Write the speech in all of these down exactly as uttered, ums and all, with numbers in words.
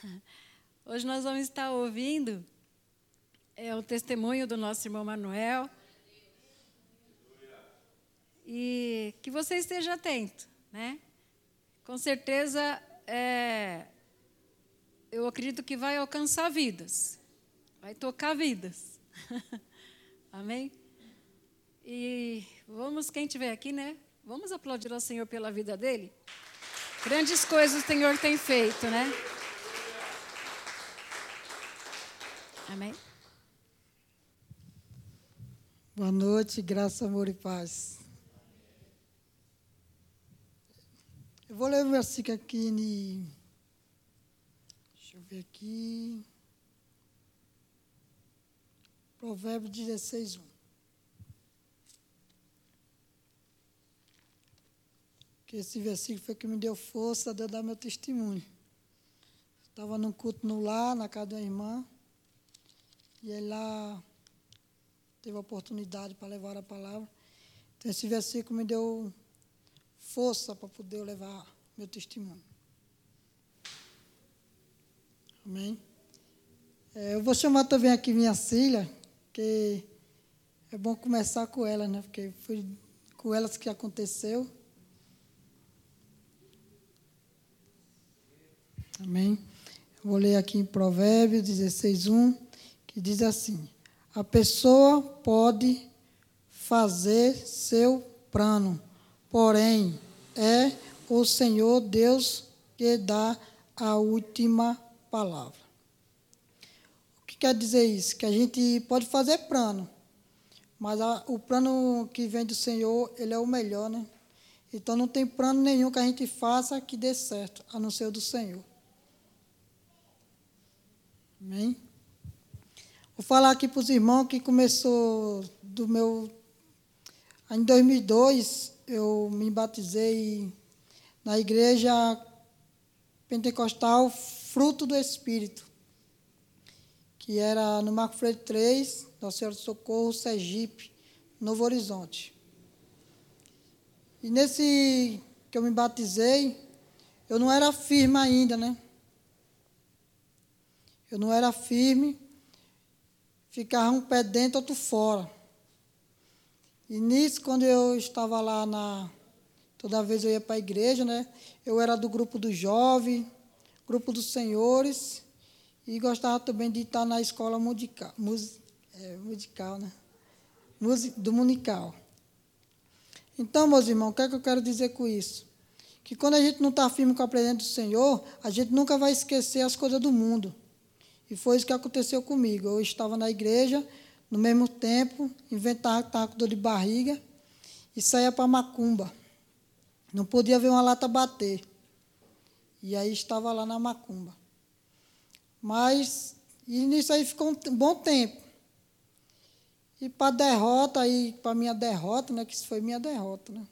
Hoje nós vamos estar ouvindo é, o testemunho do nosso irmão Manuel. E que você esteja atento, né? Com certeza, é, eu acredito que vai alcançar vidas, vai tocar vidas. Amém? E vamos, quem estiver aqui, né? Vamos aplaudir ao Senhor pela vida dele. Grandes coisas o Senhor tem feito, né? Amém? Boa noite, graça, amor e paz. Eu vou ler o versículo aqui, em, deixa eu ver aqui, Provérbios dezesseis, um. Que esse versículo foi que me deu força de eu dar meu testemunho. Estava num culto no lar, na casa da irmã, e aí lá teve a oportunidade para levar a palavra. Então, esse versículo me deu força para poder levar meu testemunho. Amém? É, eu vou chamar também aqui minha filha, que é bom começar com ela, né? Porque foi com elas que aconteceu. Amém? Eu vou ler aqui em Provérbios dezesseis, um, que diz assim: a pessoa pode fazer seu plano, porém é o Senhor Deus que dá a última palavra. O que quer dizer isso? Que a gente pode fazer plano, mas a, o plano que vem do Senhor, ele é o melhor, né? Então não tem plano nenhum que a gente faça que dê certo, a não ser o do Senhor. Amém? Vou falar aqui para os irmãos que começou do meu... Em dois mil e dois, eu me batizei na igreja pentecostal Fruto do Espírito, que era no Marco Freire três, Nossa Senhora do Socorro, Sergipe, Novo Horizonte. E nesse que eu me batizei, eu não era firme ainda, né? Eu não era firme, ficava um pé dentro, outro fora. E nisso, quando eu estava lá, na, toda vez eu ia para a igreja, né? Eu era do grupo dos jovens, grupo dos senhores, e gostava também de estar na escola musical, mus, é, musical né? Musi, do Munical. Então, meus irmãos, o que é que eu quero dizer com isso? Que quando a gente não está firme com a presença do Senhor, a gente nunca vai esquecer as coisas do mundo. E foi isso que aconteceu comigo. Eu estava na igreja, no mesmo tempo, inventava que estava com dor de barriga e saía para macumba. Não podia ver uma lata bater. E aí estava lá na macumba. Mas, e nisso aí ficou um bom tempo. E para a derrota, aí, para a minha derrota, né, que isso foi minha derrota, né?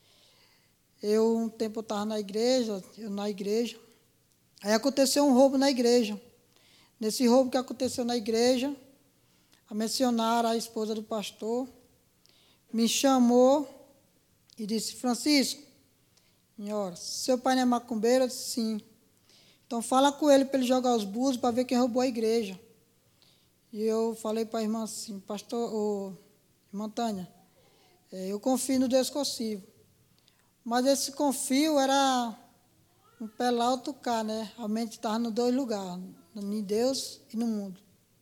Eu, um tempo, eu estava na igreja, eu na igreja, aí aconteceu um roubo na igreja. Nesse roubo que aconteceu na igreja, a missionária, a esposa do pastor, me chamou e disse: Francisco, senhora, seu pai não é macumbeiro? Eu disse: sim. Então fala com ele para ele jogar os búzios para ver quem roubou a igreja. E eu falei para a irmã assim: pastor, oh, irmã Tânia, é, eu confio no Deus que eu sirvo. Mas esse confio era um pé lá, outro cá, né? A mente estava nos dois lugares, em Deus e no mundo.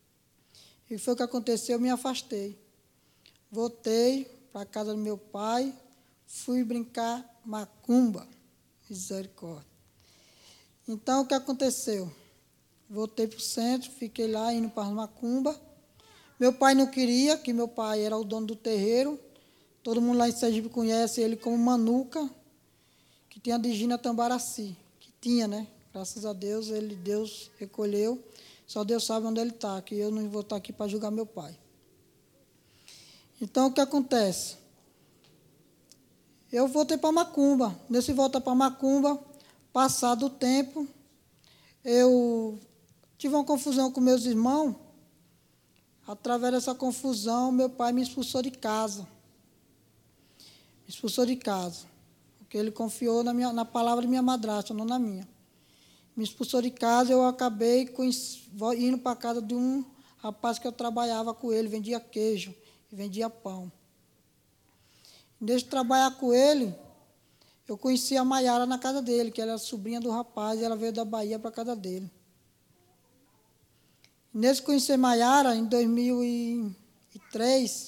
E foi o que aconteceu, eu me afastei. Voltei para a casa do meu pai, fui brincar macumba. Misericórdia. Então, o que aconteceu? Voltei para o centro, fiquei lá, indo para a macumba. Meu pai não queria, que meu pai era o dono do terreiro. Todo mundo lá em Sergipe conhece ele como Manuca, que tinha de Gina Tambaraci. Que tinha, né? Graças a Deus, ele, Deus recolheu. Só Deus sabe onde ele está, que eu não vou estar aqui para julgar meu pai. Então, o que acontece? Eu voltei para Macumba. Nesse volta para Macumba, passado o tempo, eu tive uma confusão com meus irmãos. Através dessa confusão, meu pai me expulsou de casa. Me expulsou de casa. Porque ele confiou na, minha, na palavra de minha madrasta, não na minha. me expulsou de casa, eu acabei indo para a casa de um rapaz que eu trabalhava com ele, vendia queijo e vendia pão. Desde trabalhar com ele, eu conheci a Maiara na casa dele, que ela era sobrinha do rapaz, e ela veio da Bahia para a casa dele. Nesse conhecer Maiara, em dois mil e três,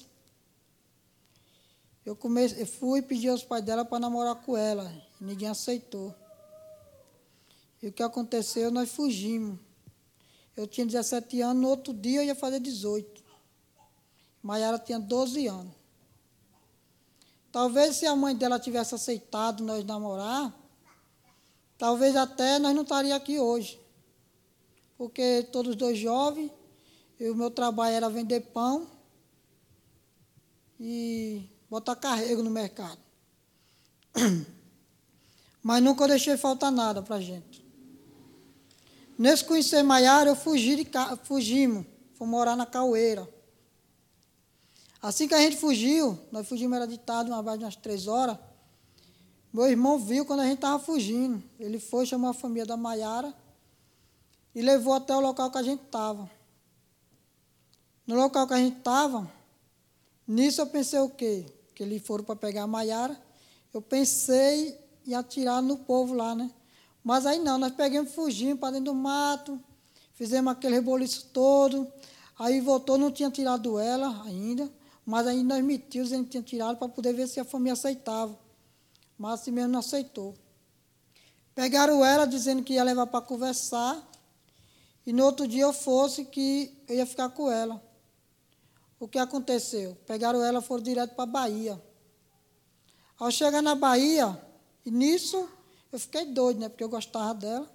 eu, comecei, eu fui pedir aos pais dela para namorar com ela, e ninguém aceitou. E o que aconteceu, nós fugimos. Eu tinha dezessete anos, no outro dia eu ia fazer dezoito. Maiara tinha doze anos. Talvez se a mãe dela tivesse aceitado nós namorar, talvez até nós não estaríamos aqui hoje. Porque todos dois jovens, e o meu trabalho era vender pão e botar carrego no mercado. Mas nunca deixei faltar nada para a gente. Nesse conhecer Maiara, eu fugi de ca... fugimos, fomos morar na Caueira. Assim que a gente fugiu, nós fugimos, era de tarde, uma base de umas três horas, meu irmão viu quando a gente estava fugindo. Ele foi, chamou a família da Maiara e levou até o local que a gente estava. No local que a gente estava, nisso eu pensei o quê? Que eles foram para pegar a Maiara. Eu pensei em atirar no povo lá, né? Mas aí não, nós pegamos, fugimos para dentro do mato, fizemos aquele reboliço todo, aí voltou, não tinha tirado ela ainda, mas aí nós metimos, a gente tinha tirado para poder ver se a família aceitava. Mas assim mesmo não aceitou. Pegaram ela dizendo que ia levar para conversar, e no outro dia eu fosse que eu ia ficar com ela. O que aconteceu? Pegaram ela e foram direto para a Bahia. Ao chegar na Bahia, e nisso eu fiquei doido, né? Porque eu gostava dela.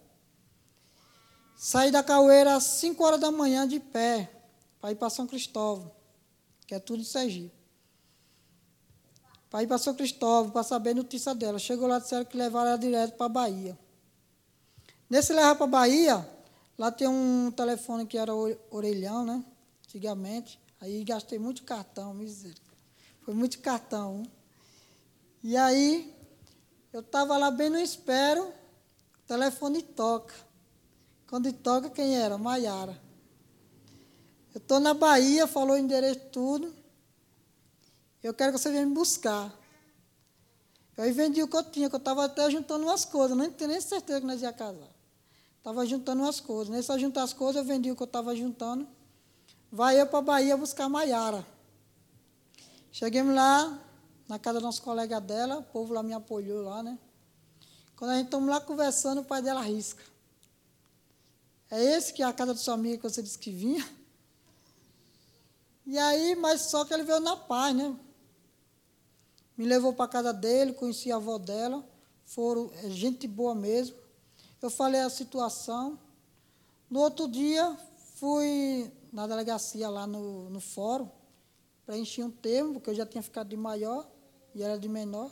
Saí da Caueira às cinco horas da manhã de pé, para ir para São Cristóvão, que é tudo em Sergipe. Para ir para São Cristóvão, para saber a notícia dela. Chegou lá e disseram que levaram ela direto para a Bahia. Nesse levar para a Bahia, lá tem um telefone que era orelhão, né? Antigamente. Aí gastei muito cartão, misericórdia. Foi muito cartão. E aí, eu estava lá bem no espero, o telefone toca. Quando toca, quem era? Maiara. Eu estou na Bahia, falou o endereço tudo. Eu quero que você venha me buscar. Eu aí vendi o que eu tinha, que eu estava até juntando umas coisas, não tinha nem certeza que nós ia casar. Estava juntando umas coisas. Nesse juntar as coisas, eu vendi o que eu estava juntando. Vai eu para a Bahia buscar a Maiara. Chegamos lá, na casa do nosso colega dela, o povo lá me apoiou lá, né? Quando a gente estamos lá conversando, o pai dela risca. É esse que é a casa do seu amigo que você disse que vinha? E aí, mas só que ele veio na paz, né? Me levou para a casa dele, conheci a avó dela, foram é, gente boa mesmo. Eu falei a situação. No outro dia, fui na delegacia lá no, no fórum, preenchi um termo, porque eu já tinha ficado de maior e era de menor.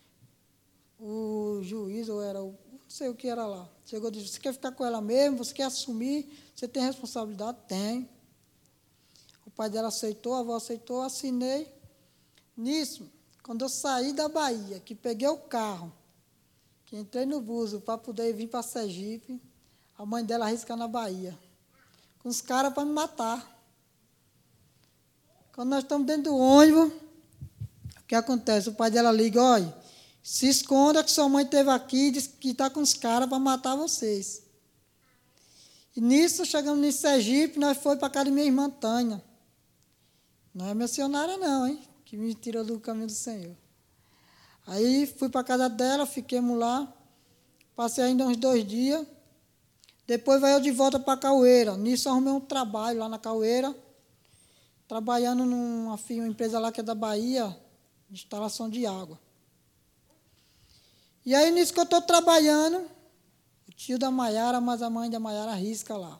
O juiz, ou era o, não sei o que era lá, chegou e disse, você quer ficar com ela mesmo? Você quer assumir? Você tem responsabilidade? Tem. O pai dela aceitou, a avó aceitou, assinei. Nisso, quando eu saí da Bahia, que peguei o carro, que entrei no buzo para poder vir para Sergipe, a mãe dela arrisca na Bahia, com os caras para me matar. Quando nós estamos dentro do ônibus, o que acontece? O pai dela liga, olha, se esconda que sua mãe esteve aqui e disse que está com os caras para matar vocês. E nisso, chegamos em Sergipe, nós fomos para a casa de minha irmã Tânia. Não é missionária não, hein? Que me tirou do caminho do Senhor. Aí fui para a casa dela, fiquemos lá, passei ainda uns dois dias. Depois veio eu de volta para a Caueira. Nisso arrumei um trabalho lá na Caueira, trabalhando numa uma empresa lá que é da Bahia, de instalação de água. E aí, nisso que eu estou trabalhando, o tio da Maiara, mas a mãe da Maiara arrisca lá.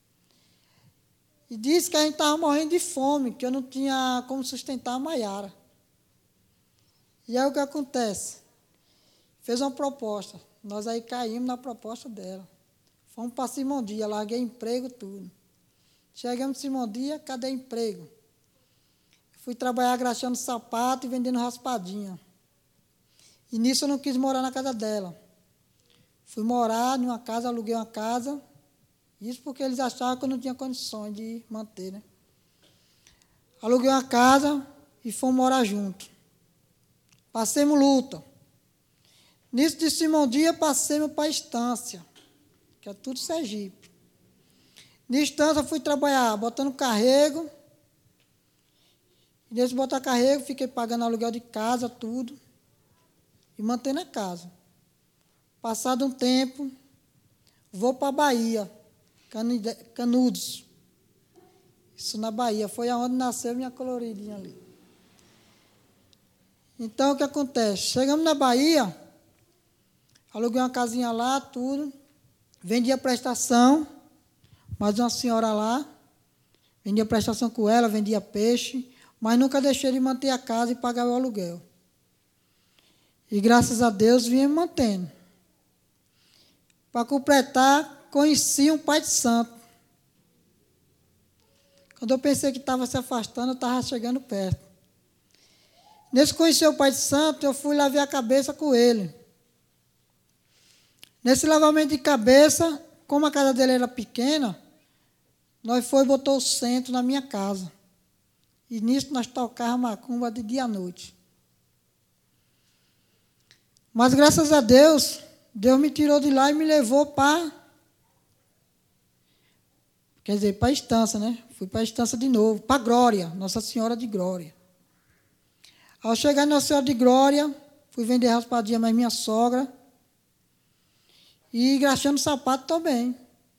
E disse que a gente estava morrendo de fome, que eu não tinha como sustentar a Maiara. E aí o que acontece? Fez uma proposta. Nós aí caímos na proposta dela. Fomos para Simondia, larguei emprego, tudo. Chegamos em Simondia, cadê emprego? Fui trabalhar graxando sapato e vendendo raspadinha. E nisso eu não quis morar na casa dela. Fui morar em uma casa, aluguei uma casa. Isso porque eles achavam que eu não tinha condições de manter, né? Aluguei uma casa e fomos morar juntos. Passemos luta. Nisso de Simão Dia, passemos para a estância, que é tudo Sergipe. Na estância, fui trabalhar, botando carrego. E nesse botar carrego, fiquei pagando aluguel de casa, tudo. E mantendo a casa. Passado um tempo, vou para a Bahia, Canudos. Isso na Bahia, foi aonde nasceu minha coloridinha ali. Então, o que acontece? Chegamos na Bahia, aluguei uma casinha lá, tudo. Vendia prestação, mais uma senhora lá. Vendia prestação com ela, vendia peixe, mas nunca deixei de manter a casa e pagar o aluguel. E, graças a Deus, vinha me mantendo. Para completar, conheci um pai de santo. Quando eu pensei que estava se afastando, eu estava chegando perto. Nesse conhecer o pai de santo, eu fui lavar a cabeça com ele. Nesse lavamento de cabeça, como a casa dele era pequena, nós foi e botou o centro na minha casa. E nisso nós tocávamos macumba de dia à noite. Mas, graças a Deus, Deus me tirou de lá e me levou para... Quer dizer, para a estância, né? Fui para a estância de novo, para a Glória, Nossa Senhora de Glória. Ao chegar na Nossa Senhora de Glória, fui vender raspadinha mais minha sogra. E engraxando sapato também.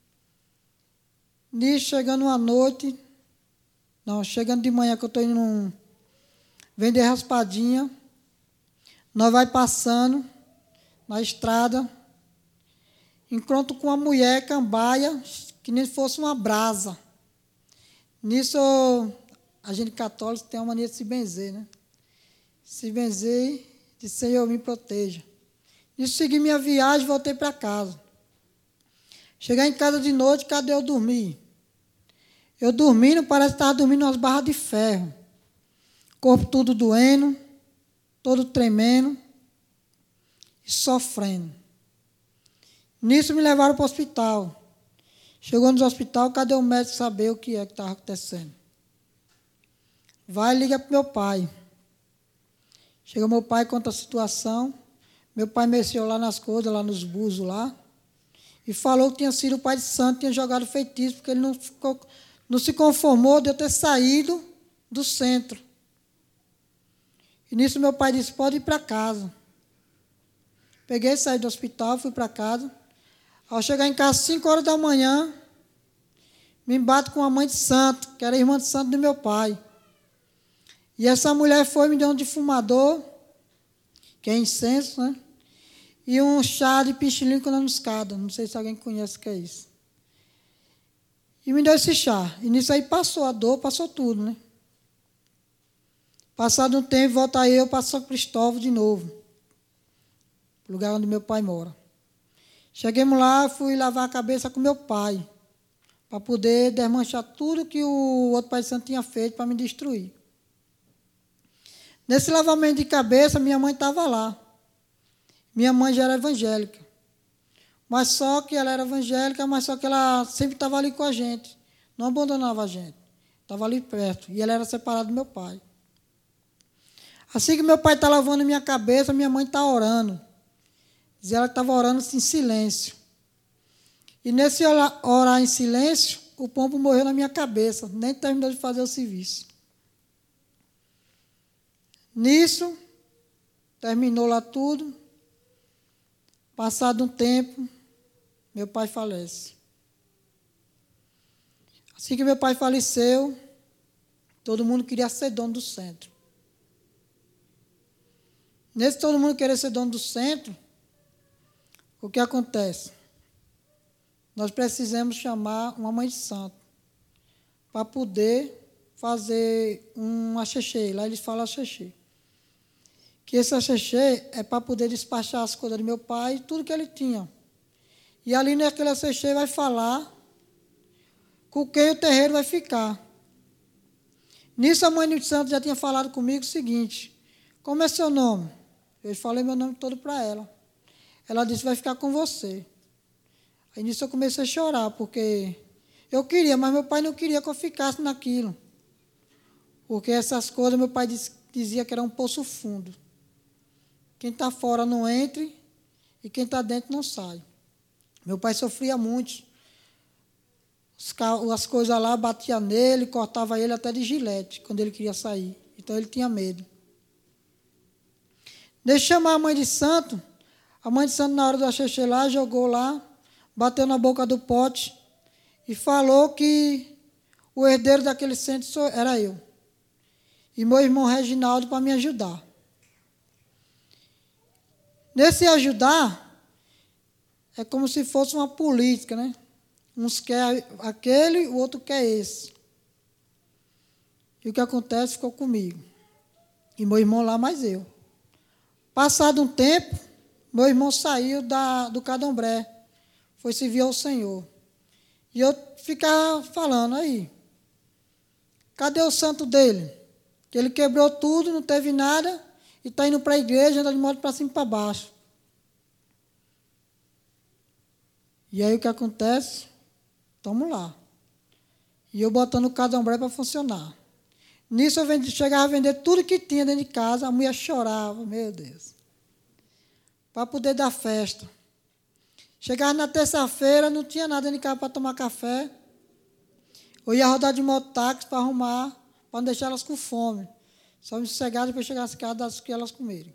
Nisso, chegando uma noite, não, chegando de manhã que eu estou indo num, vender raspadinha, nós vai passando na estrada, encontro com uma mulher cambaia, que nem fosse uma brasa. Nisso, a gente católica tem uma mania de se benzer, né? Se benzer, de Senhor me proteja. Nisso, segui minha viagem e voltei para casa. Chegar em casa de noite, cadê eu dormir? Eu dormindo, parece que estava dormindo umas barras de ferro. Corpo tudo doendo, todo tremendo e sofrendo. Nisso, me levaram para o hospital. Chegou no hospital, cadê o médico saber o que é que estava acontecendo? Vai e liga para o meu pai. Chega meu pai, conta a situação. Meu pai mexeu lá nas coisas, lá nos búzios lá, e falou que tinha sido o pai de santo, tinha jogado feitiço, porque ele não, ficou, não se conformou de eu ter saído do centro. E nisso meu pai disse, pode ir para casa. Peguei, saí do hospital, fui para casa. Ao chegar em casa, cinco horas da manhã, me embato com a mãe de santo, que era irmã de santo do meu pai. E essa mulher foi me deu um defumador, que é incenso, né? E um chá de pichilico na moscada. Não sei se alguém conhece o que é isso. E me deu esse chá. E nisso aí passou a dor, passou tudo, né? Passado um tempo, volta eu para São Cristóvão de novo. Lugar onde meu pai mora. Cheguemos lá, fui lavar a cabeça com meu pai, para poder desmanchar tudo que o outro pai de santo tinha feito para me destruir. Nesse lavamento de cabeça, minha mãe estava lá. Minha mãe já era evangélica. Mas só que ela era evangélica, mas só que ela sempre estava ali com a gente. Não abandonava a gente. Estava ali perto. E ela era separada do meu pai. Assim que meu pai está lavando minha cabeça, minha mãe está orando. Diz ela que estava orando em silêncio. E nesse orar em silêncio, o pombo morreu na minha cabeça. Nem terminou de fazer o serviço. Nisso, terminou lá tudo. Passado um tempo, meu pai falece. Assim que meu pai faleceu, todo mundo queria ser dono do centro. Nesse todo mundo querer ser dono do centro, o que acontece? Nós precisamos chamar uma mãe de santo para poder fazer um axexê. Lá eles falam axexê. Que esse axexê é para poder despachar as coisas do meu pai, tudo que ele tinha. E ali naquele axexê vai falar com quem o terreiro vai ficar. Nisso a mãe de santo já tinha falado comigo o seguinte, como é seu nome? Eu falei meu nome todo para ela. ela disse, vai ficar com você. Aí nisso eu comecei a chorar, porque eu queria, mas meu pai não queria que eu ficasse naquilo. Porque essas coisas, meu pai dizia que era um poço fundo. Quem está fora não entre e quem está dentro não sai. Meu pai sofria muito. As coisas lá batiam nele, cortava ele até de gilete, quando ele queria sair. Então ele tinha medo. Deixa eu chamar a mãe de santo. A mãe de santo, na hora do axixê lá, jogou lá, bateu na boca do pote e falou que o herdeiro daquele centro era eu. E meu irmão Reginaldo para me ajudar. Nesse ajudar, é como se fosse uma política, né? Uns quer aquele, o outro quer esse. E o que acontece ficou comigo. E meu irmão lá, mais eu. Passado um tempo, meu irmão saiu da, do candomblé. Foi servir ao Senhor. E eu ficava falando aí. Cadê o santo dele? Que ele quebrou tudo, não teve nada, e está indo para a igreja, anda de moto para cima e para baixo. E aí o que acontece? Estamos lá. E eu botando o candomblé para funcionar. Nisso eu vendi, chegava a vender tudo que tinha dentro de casa, a mulher chorava, meu Deus. Para poder dar festa. Chegava na terça-feira, não tinha nada dentro de casa para tomar café. Eu ia rodar de mototáxi para arrumar, para não deixar elas com fome. Só me sossegar depois chegar às casas das que elas comerem.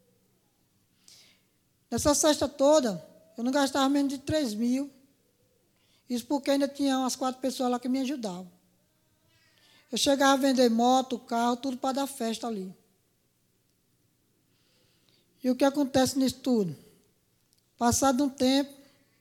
Nessa festa toda, eu não gastava menos de três mil. Isso porque ainda tinha umas quatro pessoas lá que me ajudavam. Eu chegava a vender moto, carro, tudo para dar festa ali. E o que acontece nisso tudo? Passado um tempo,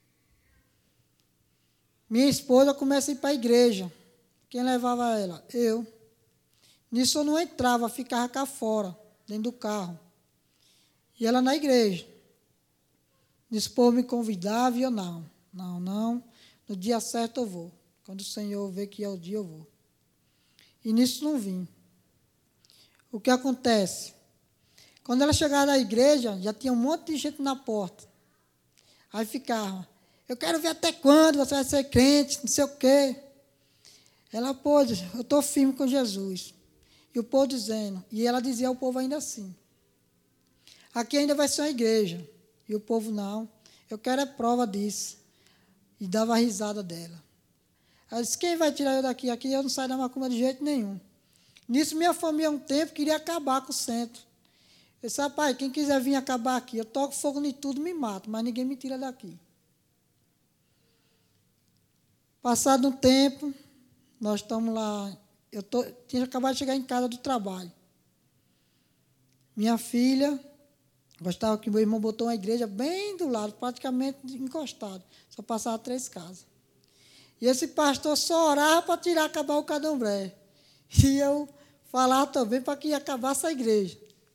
minha esposa começa a ir para a igreja. Quem levava ela? Eu. Nisso eu não entrava, ficava cá fora, dentro do carro. E ela na igreja. Nisso o povo me convidava e eu não. Não, não. No dia certo eu vou. Quando o Senhor vê que é o dia, eu vou. E nisso não vim. O que acontece? Quando ela chegava na igreja, já tinha um monte de gente na porta. Aí ficava, eu quero ver até quando você vai ser crente, não sei o quê. Ela, pô, eu estou firme com Jesus. E o povo dizendo, e ela dizia ao povo ainda assim, aqui ainda vai ser uma igreja. E o povo, não, eu quero a prova disso. E dava a risada dela. Ela disse, quem vai tirar eu daqui? Aqui eu não saio da macumba de jeito nenhum. Nisso, minha família, há um tempo, queria acabar com o centro. Eu disse, rapaz, quem quiser vir acabar aqui, eu toco fogo em tudo, me mato, mas ninguém me tira daqui. Passado um tempo, nós estamos lá, eu tô, tinha acabado de chegar em casa do trabalho. Minha filha, gostava que meu irmão botou uma igreja bem do lado, praticamente encostado, só passava três casas. E esse pastor só orava para tirar, acabar o candomblé. E eu falava também para que acabasse a igreja.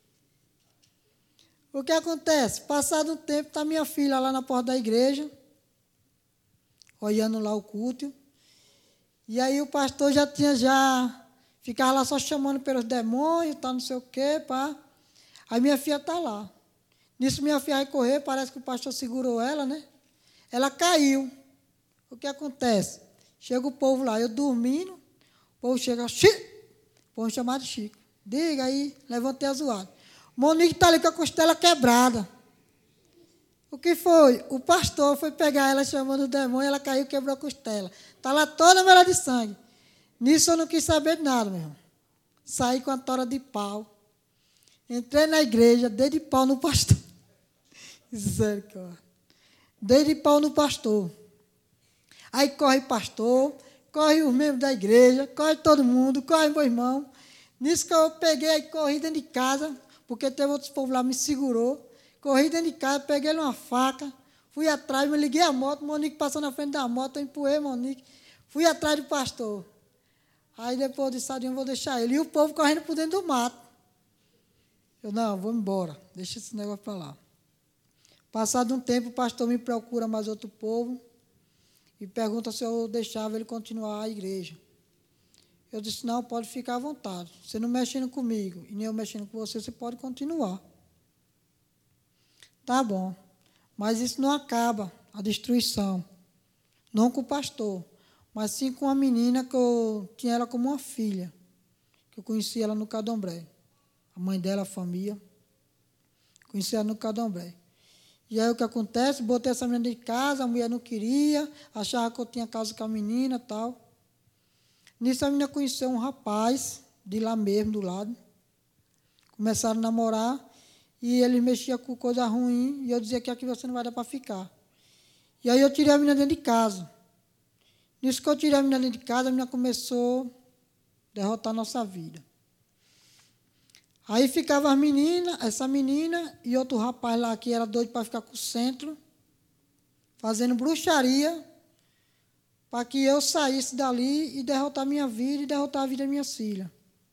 O que acontece? Passado um tempo, está minha filha lá na porta da igreja, olhando lá o culto. E aí o pastor já tinha, já ficava lá só chamando pelos demônios, tá, não sei o quê, pá. Aí minha filha está lá. Nisso minha filha vai correr, parece que o pastor segurou ela, né? Ela caiu. O que acontece? Chega o povo lá, eu dormindo, o povo chega, Chico, o povo chamado Chico. Diga aí, levantei a zoada. Monique está ali com a costela quebrada. O que foi? O pastor foi pegar ela chamando o demônio, ela caiu e quebrou a costela. Está lá toda melhor de sangue. Nisso eu não quis saber de nada, meu irmão. Saí com a tora de pau. Entrei na igreja, dei de pau no pastor. Misericórdia. Dei de pau no pastor. Aí corre pastor, corre os membros da igreja, corre todo mundo, corre meu irmão. Nisso que eu peguei e corri dentro de casa, porque teve outros povos lá, me segurou. Corri dentro de casa, peguei uma faca, fui atrás, me liguei a moto, Monique passou na frente da moto, eu empurrei Monique, fui atrás do pastor. Aí depois eu disse, Sadinho, eu vou deixar ele. E o povo correndo por dentro do mato. Eu, não, vou embora, deixa esse negócio para lá. Passado um tempo, o pastor me procura mais outro povo e pergunta se eu deixava ele continuar a igreja. Eu disse, não, pode ficar à vontade. Você não mexendo comigo e nem eu mexendo com você, você pode continuar. Tá bom. Mas isso não acaba, a destruição. Não com o pastor, mas sim com a menina que eu tinha ela como uma filha, que eu conheci ela no Candomblé. A mãe dela, a família, conheci ela no Candomblé. E aí o que acontece? Botei essa menina de casa, a mulher não queria, achava que eu tinha casa com a menina e tal. Nisso a menina conheceu um rapaz, de lá mesmo, do lado. Começaram a namorar, e ele mexia com coisa ruim, e eu dizia que aqui você não vai dar para ficar. E aí eu tirei a menina dentro de casa. Nisso que eu tirei a menina dentro de casa, a menina começou a derrotar a nossa vida. Aí ficava as meninas, essa menina e outro rapaz lá que era doido para ficar com o centro, fazendo bruxaria, para que eu saísse dali e derrotar a minha vida e derrotar a vida das minhas filhas.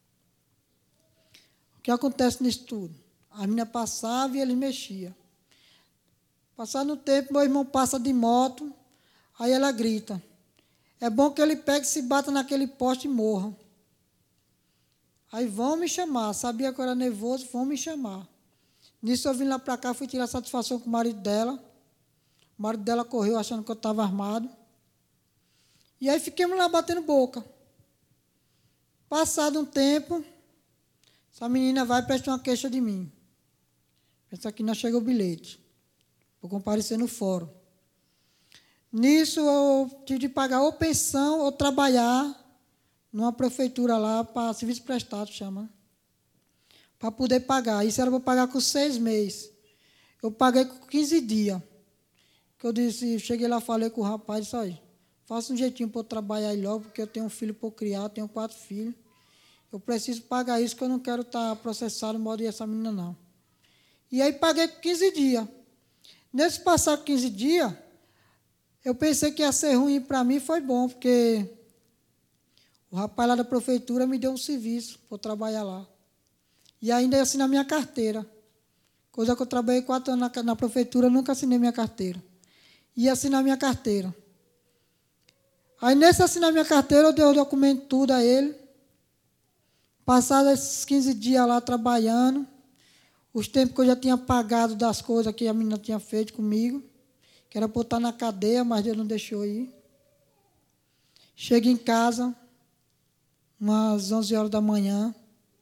O que acontece nisso tudo? A menina passava e ele mexia. Passado um tempo, meu irmão passa de moto, aí ela grita. É bom que ele pegue e se bata naquele poste e morra. Aí vão me chamar, sabia que eu era nervoso, vão me chamar. Nisso eu vim lá para cá, fui tirar satisfação com o marido dela. O marido dela correu achando que eu estava armado. E aí fiquemos lá batendo boca. Passado um tempo, essa menina vai e presta uma queixa de mim. Pensa que não chega o bilhete. Vou comparecer no fórum. Nisso eu tive de pagar ou pensão ou trabalhar numa prefeitura lá, para serviço prestado, chama, para poder pagar. Isso era para pagar com seis meses. Eu paguei com quinze dias. Que eu disse, cheguei lá, falei com o rapaz, isso aí. Faça um jeitinho para eu trabalhar aí logo, porque eu tenho um filho para criar, eu tenho quatro filhos. Eu preciso pagar isso, que eu não quero estar processado no modo de essa menina, não. E aí paguei com quinze dias. Nesse passar quinze dias, eu pensei que ia ser ruim para mim, foi bom, porque o rapaz lá da prefeitura me deu um serviço para eu trabalhar lá. E ainda ia assinar minha carteira. Coisa que eu trabalhei quatro anos na, na prefeitura, nunca assinei minha carteira. Ia assinar minha carteira. Aí, nesse assinar minha carteira, eu dei o documento tudo a ele. Passados esses quinze dias lá trabalhando, os tempos que eu já tinha pagado das coisas que a menina tinha feito comigo, que era para eu estar na cadeia, mas Deus não deixou ir. Chego em casa, umas onze horas da manhã.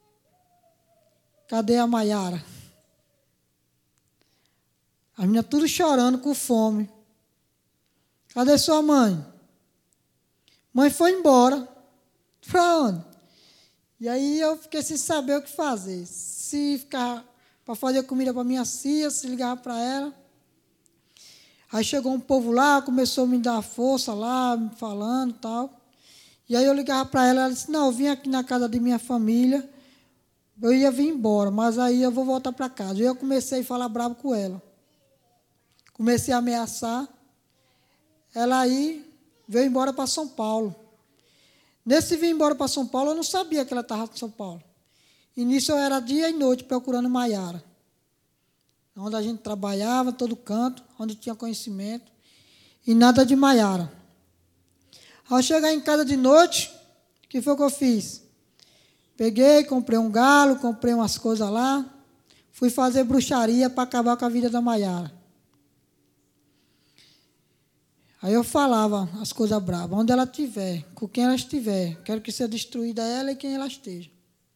Cadê a Maiara? A menina tudo chorando, com fome. Cadê sua mãe? Mãe foi embora. Para onde? E aí eu fiquei sem saber o que fazer. Se ficar para fazer comida para minha filha, se ligava para ela. Aí chegou um povo lá, começou a me dar força lá, me falando e tal. E aí eu ligava para ela, ela disse, não, eu vim aqui na casa de minha família, eu ia vir embora, mas aí eu vou voltar para casa. E eu comecei a falar bravo com ela. Comecei a ameaçar. Ela aí veio embora para São Paulo. Nesse vir embora para São Paulo, eu não sabia que ela estava em São Paulo. E nisso eu era dia e noite procurando Maiara. Onde a gente trabalhava, todo canto, onde tinha conhecimento. E nada de Maiara. Ao chegar em casa de noite, o que foi que eu fiz? Peguei, comprei um galo, comprei umas coisas lá, fui fazer bruxaria para acabar com a vida da Maiara. Aí eu falava as coisas bravas, onde ela estiver, com quem ela estiver, quero que seja destruída ela e quem ela esteja.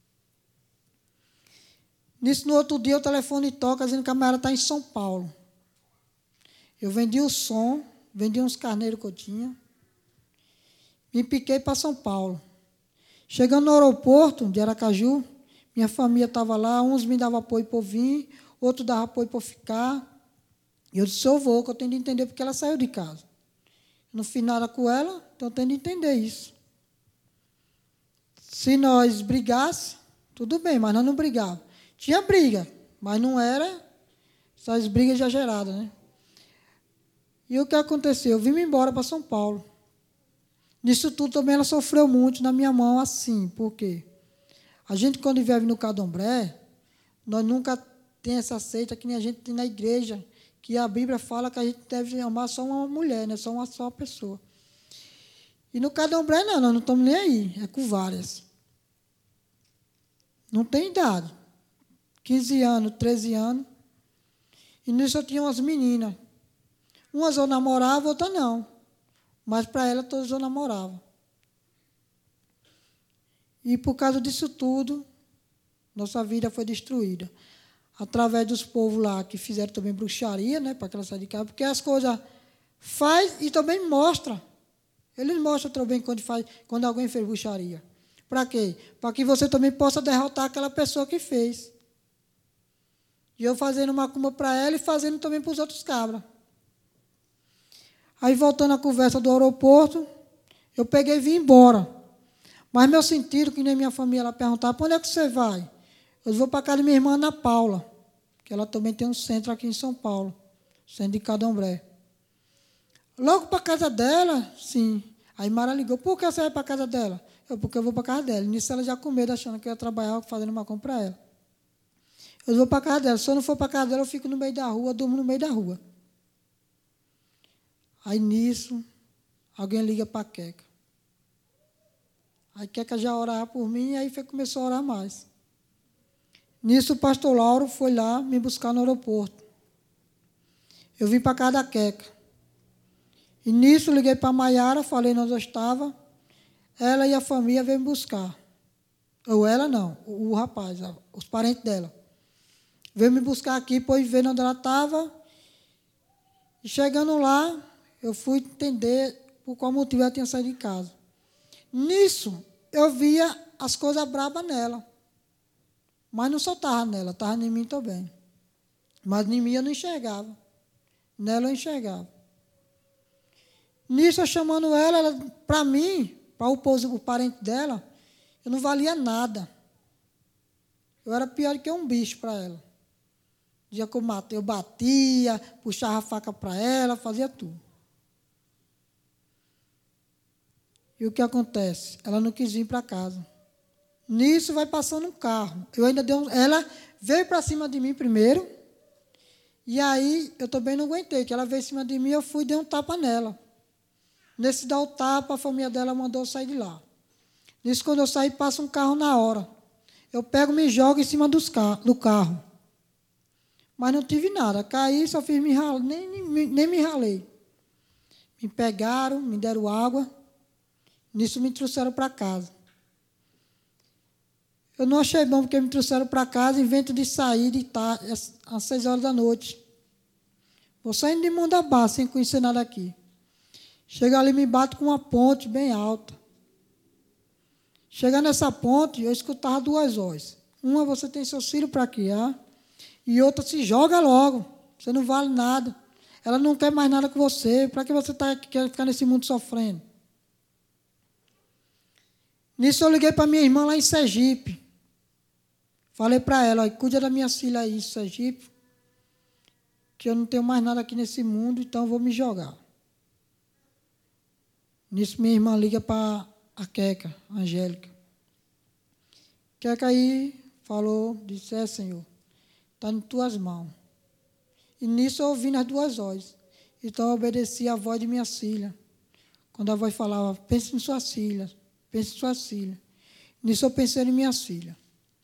Nisso, no outro dia, o telefone toca, dizendo que a Maiara está em São Paulo. Eu vendi o som, vendi uns carneiros que eu tinha, me piquei para São Paulo. Chegando no aeroporto de Aracaju, minha família estava lá, uns me davam apoio para eu vir, outros davam apoio para eu ficar. E eu disse, eu vou, que eu tenho de entender porque ela saiu de casa. Eu não fiz nada com ela, então eu tenho de entender isso. Se nós brigássemos, tudo bem, mas nós não brigávamos. Tinha briga, mas não era essas brigas exageradas, né? E o que aconteceu? Eu vim embora para São Paulo. Nisso tudo também ela sofreu muito na minha mão assim. Por quê? A gente, quando vive no Candomblé, nós nunca tem essa seita que nem a gente tem na igreja, que a Bíblia fala que a gente deve amar só uma mulher, né? Só uma só pessoa. E no Candomblé, não, nós não estamos nem aí, é com várias. Não tem idade. quinze anos, treze anos. E nisso eu tinha umas meninas Umas eu namorava, outras não. Mas para ela todas eu namorava. E por causa disso tudo, nossa vida foi destruída. Através dos povos lá que fizeram também bruxaria, né, para que ela saia de casa, porque as coisas faz e também mostra. Eles mostram também quando, faz, quando alguém fez bruxaria. Para quê? Para que você também possa derrotar aquela pessoa que fez. E eu fazendo macumba para ela e fazendo também para os outros cabras. Aí, voltando à conversa do aeroporto, eu peguei e vim embora. Mas meu sentido, que nem minha família ela perguntava, para onde é que você vai? Eu vou para a casa de minha irmã Ana Paula, que ela também tem um centro aqui em São Paulo, centro de Candomblé. Logo para a casa dela, sim. Aí Mara ligou, por que você vai para a casa dela? Eu, porque eu vou para a casa dela. Nisso ela já com medo, achando que eu ia trabalhar fazendo macumba para ela. Eu vou para a casa dela. Se eu não for para a casa dela, eu fico no meio da rua, durmo no meio da rua. Aí nisso, alguém liga para a Queca. Aí Queca já orava por mim, e aí foi, começou a orar mais. Nisso o pastor Lauro foi lá me buscar no aeroporto. Eu vim para a casa da Queca. E nisso liguei para a Maiara, falei onde eu estava. Ela e a família veio me buscar. Ou ela não, o, o rapaz, os parentes dela. Veio me buscar aqui, pois ver onde ela estava. E chegando lá, eu fui entender por qual motivo ela tinha saído de casa. Nisso, eu via as coisas brabas nela. Mas não só estava nela, estava em mim também. Mas em mim eu não enxergava. Nela eu enxergava. Nisso, eu chamando ela, ela para mim, para o, o parente dela, eu não valia nada. Eu era pior que um bicho para ela. O dia que eu matei, eu batia, puxava a faca para ela, fazia tudo. E o que acontece? Ela não quis vir para casa. Nisso vai passando um carro. Eu ainda dei um, ela veio para cima de mim primeiro, e aí eu também não aguentei, que ela veio em cima de mim, eu fui e dei um tapa nela. Nesse dar o tapa, a família dela mandou eu sair de lá. Nisso, quando eu saí, passa um carro na hora. Eu pego e me jogo em cima dos car do carro. Mas não tive nada. Caí, só fiz me ralar, nem, nem, nem me ralei. Me pegaram, me deram água. Nisso me trouxeram para casa. Eu não achei bom, porque me trouxeram para casa, invento de sair de tarde, às seis horas da noite. Vou saindo de Mondabá, sem conhecer nada aqui. Chega ali, me bato com uma ponte bem alta. Chega nessa ponte, eu escutava duas vozes. Uma, você tem seus filhos para criar, e outra, se joga logo, você não vale nada. Ela não quer mais nada com você, para que você tá, quer ficar nesse mundo sofrendo? Nisso eu liguei para minha irmã lá em Sergipe. Falei para ela, cuida da minha filha aí em Sergipe, que eu não tenho mais nada aqui nesse mundo, então eu vou me jogar. Nisso minha irmã liga para a Queca, a Angélica. Queca aí falou, disse, é, Senhor, está em tuas mãos. E nisso eu ouvi nas duas vozes. Então eu obedeci a voz de minha filha. Quando a voz falava, pense em suas filhas, pense em suas filhas. Nisso eu pensei em minhas filhas.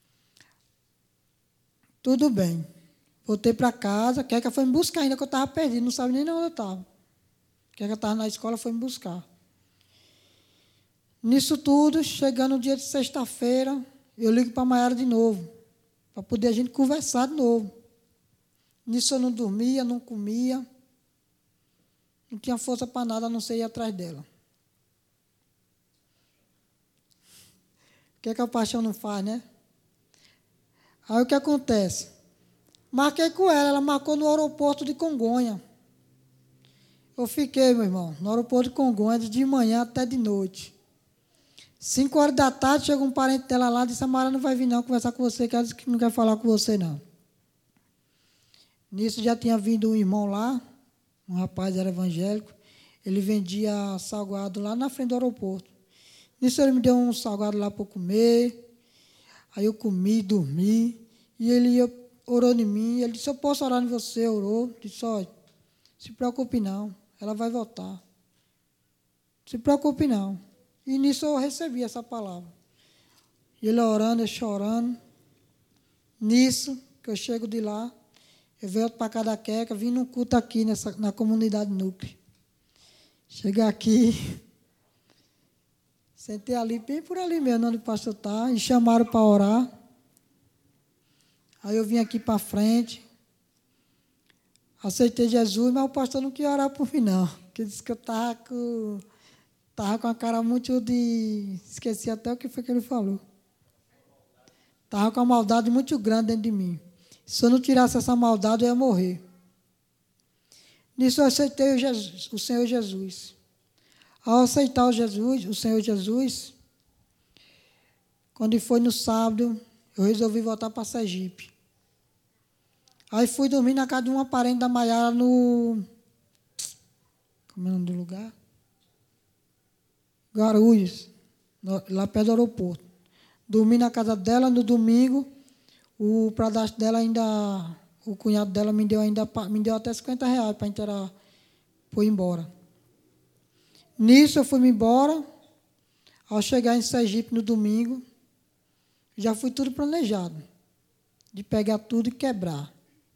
Tudo bem. Voltei para casa, Queca foi me buscar ainda, que eu estava perdido, não sabia nem onde eu estava. Queca estava na escola, foi me buscar. Nisso tudo, chegando o dia de sexta-feira, eu ligo para a Maiara de novo, para poder a gente conversar de novo. Nisso eu não dormia, não comia, não tinha força para nada, a não ser ir atrás dela. O que é que a paixão não faz, né? Aí o que acontece? Marquei com ela, ela marcou no aeroporto de Congonha. Eu fiquei, meu irmão, no aeroporto de Congonha, de manhã até de noite. Cinco horas da tarde, chega um parente dela lá, disse, a Mara não vai vir não conversar com você, que ela disse que não quer falar com você, não. Nisso já tinha vindo um irmão lá, um rapaz era evangélico, ele vendia salgado lá na frente do aeroporto. Nisso ele me deu um salgado lá para eu comer, aí eu comi, dormi, e ele ia, orou em mim, ele disse, eu posso orar em você, orou, disse, olha, se preocupe não, ela vai voltar. Se preocupe não. E nisso eu recebi essa palavra. E ele orando, eu chorando. Nisso, que eu chego de lá, Eu venho para Cadaqueca, vim num culto aqui nessa, na comunidade núcleo. Cheguei aqui, sentei ali, bem por ali mesmo, onde o pastor está, e chamaram para orar. Aí eu vim aqui para frente, aceitei Jesus, mas o pastor não queria orar por mim, não. Porque disse que eu estava com, estava com a cara muito de... Esqueci até o que foi que ele falou. Estava com uma maldade muito grande dentro de mim. Se eu não tirasse essa maldade, eu ia morrer. Nisso eu aceitei o, Jesus, o Senhor Jesus. Ao aceitar o Jesus, o Senhor Jesus, quando foi no sábado, eu resolvi voltar para Sergipe. Aí fui dormir na casa de uma parente da Maiara no... Como é o nome do lugar? Guarulhos, lá perto do aeroporto. Dormi na casa dela no domingo. O padrasto dela ainda, o cunhado dela me deu ainda, me deu até cinquenta reais para inteirar, foi embora. Nisso eu fui embora. Ao chegar em Sergipe no domingo, já fui tudo planejado, de pegar tudo e quebrar.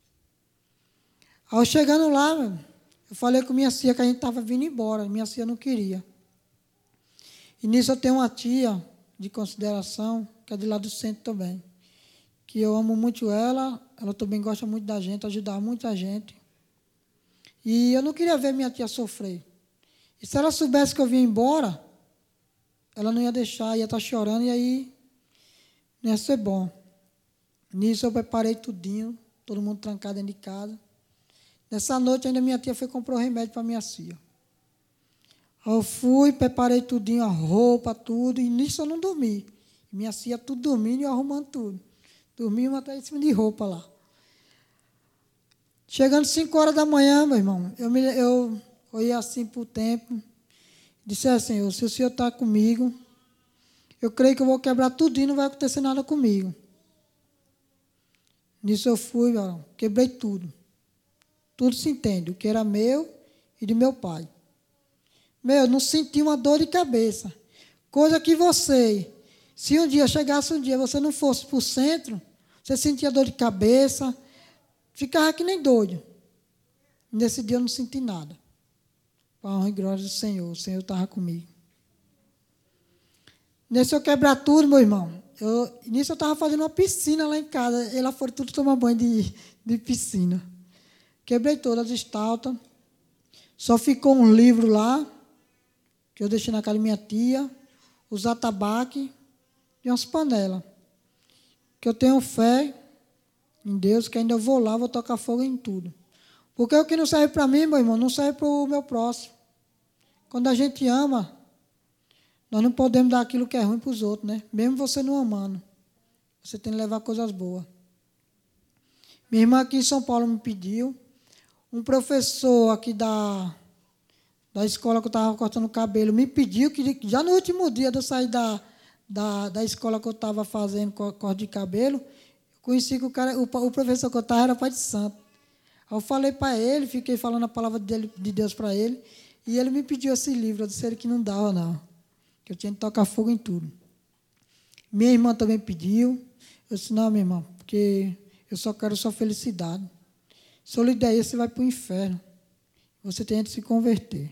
Ao chegando lá, eu falei com minha tia que a gente estava vindo embora, minha tia não queria. E nisso eu tenho uma tia de consideração, que é de lá do centro também, que eu amo muito ela, ela também gosta muito da gente, ajudar muita gente. E eu não queria ver minha tia sofrer. E se ela soubesse que eu vinha embora, ela não ia deixar, ia estar chorando, e aí não ia ser bom. Nisso eu preparei tudinho, todo mundo trancado dentro de casa. Nessa noite ainda minha tia foi e comprou remédio para minha tia. Eu fui, preparei tudinho, a roupa, tudo, e nisso eu não dormi. Minha tia tudo dormindo e eu arrumando tudo. Dormimos até em cima de roupa lá. Chegando cinco horas da manhã, meu irmão, eu, me, eu olhei assim para o tempo, disse assim, Senhor, se o Senhor está comigo, eu creio que eu vou quebrar tudo e não vai acontecer nada comigo. Nisso eu fui, meu, quebrei tudo. Tudo se entende, o que era meu e de meu pai. Meu, eu não senti uma dor de cabeça. Coisa que você, se um dia chegasse um dia, você não fosse para o centro, você sentia dor de cabeça, ficava que nem doido. Nesse dia eu não senti nada. Com a honra e glória do Senhor, o Senhor estava comigo. Nesse eu quebrar tudo, meu irmão, eu, nisso eu estava fazendo uma piscina lá em casa, e lá foram tudo tomar banho de, de piscina. Quebrei todas as estaltas, só ficou um livro lá, que eu deixei na casa da minha tia, os atabaques e umas panelas. Que eu tenho fé em Deus, que ainda vou lá, vou tocar fogo em tudo. Porque o que não serve para mim, meu irmão, não serve para o meu próximo. Quando a gente ama, nós não podemos dar aquilo que é ruim para os outros, né? Mesmo você não amando. Você tem que levar coisas boas. Minha irmã aqui em São Paulo me pediu. Um professor aqui da, da escola que eu estava cortando o cabelo me pediu que, já no último dia de eu sair da, da, da escola que eu estava fazendo corte de cabelo, eu conheci que o, cara, o, o professor que eu estava era pai de santo. Aí eu falei para ele, fiquei falando a palavra dele, de Deus para ele, e ele me pediu esse livro. Eu disse ele que não dava, não, que eu tinha que tocar fogo em tudo. Minha irmã também pediu. Eu disse, não, minha irmã, porque eu só quero sua felicidade. Se eu lhe der isso, você vai para o inferno. Você tem que se converter.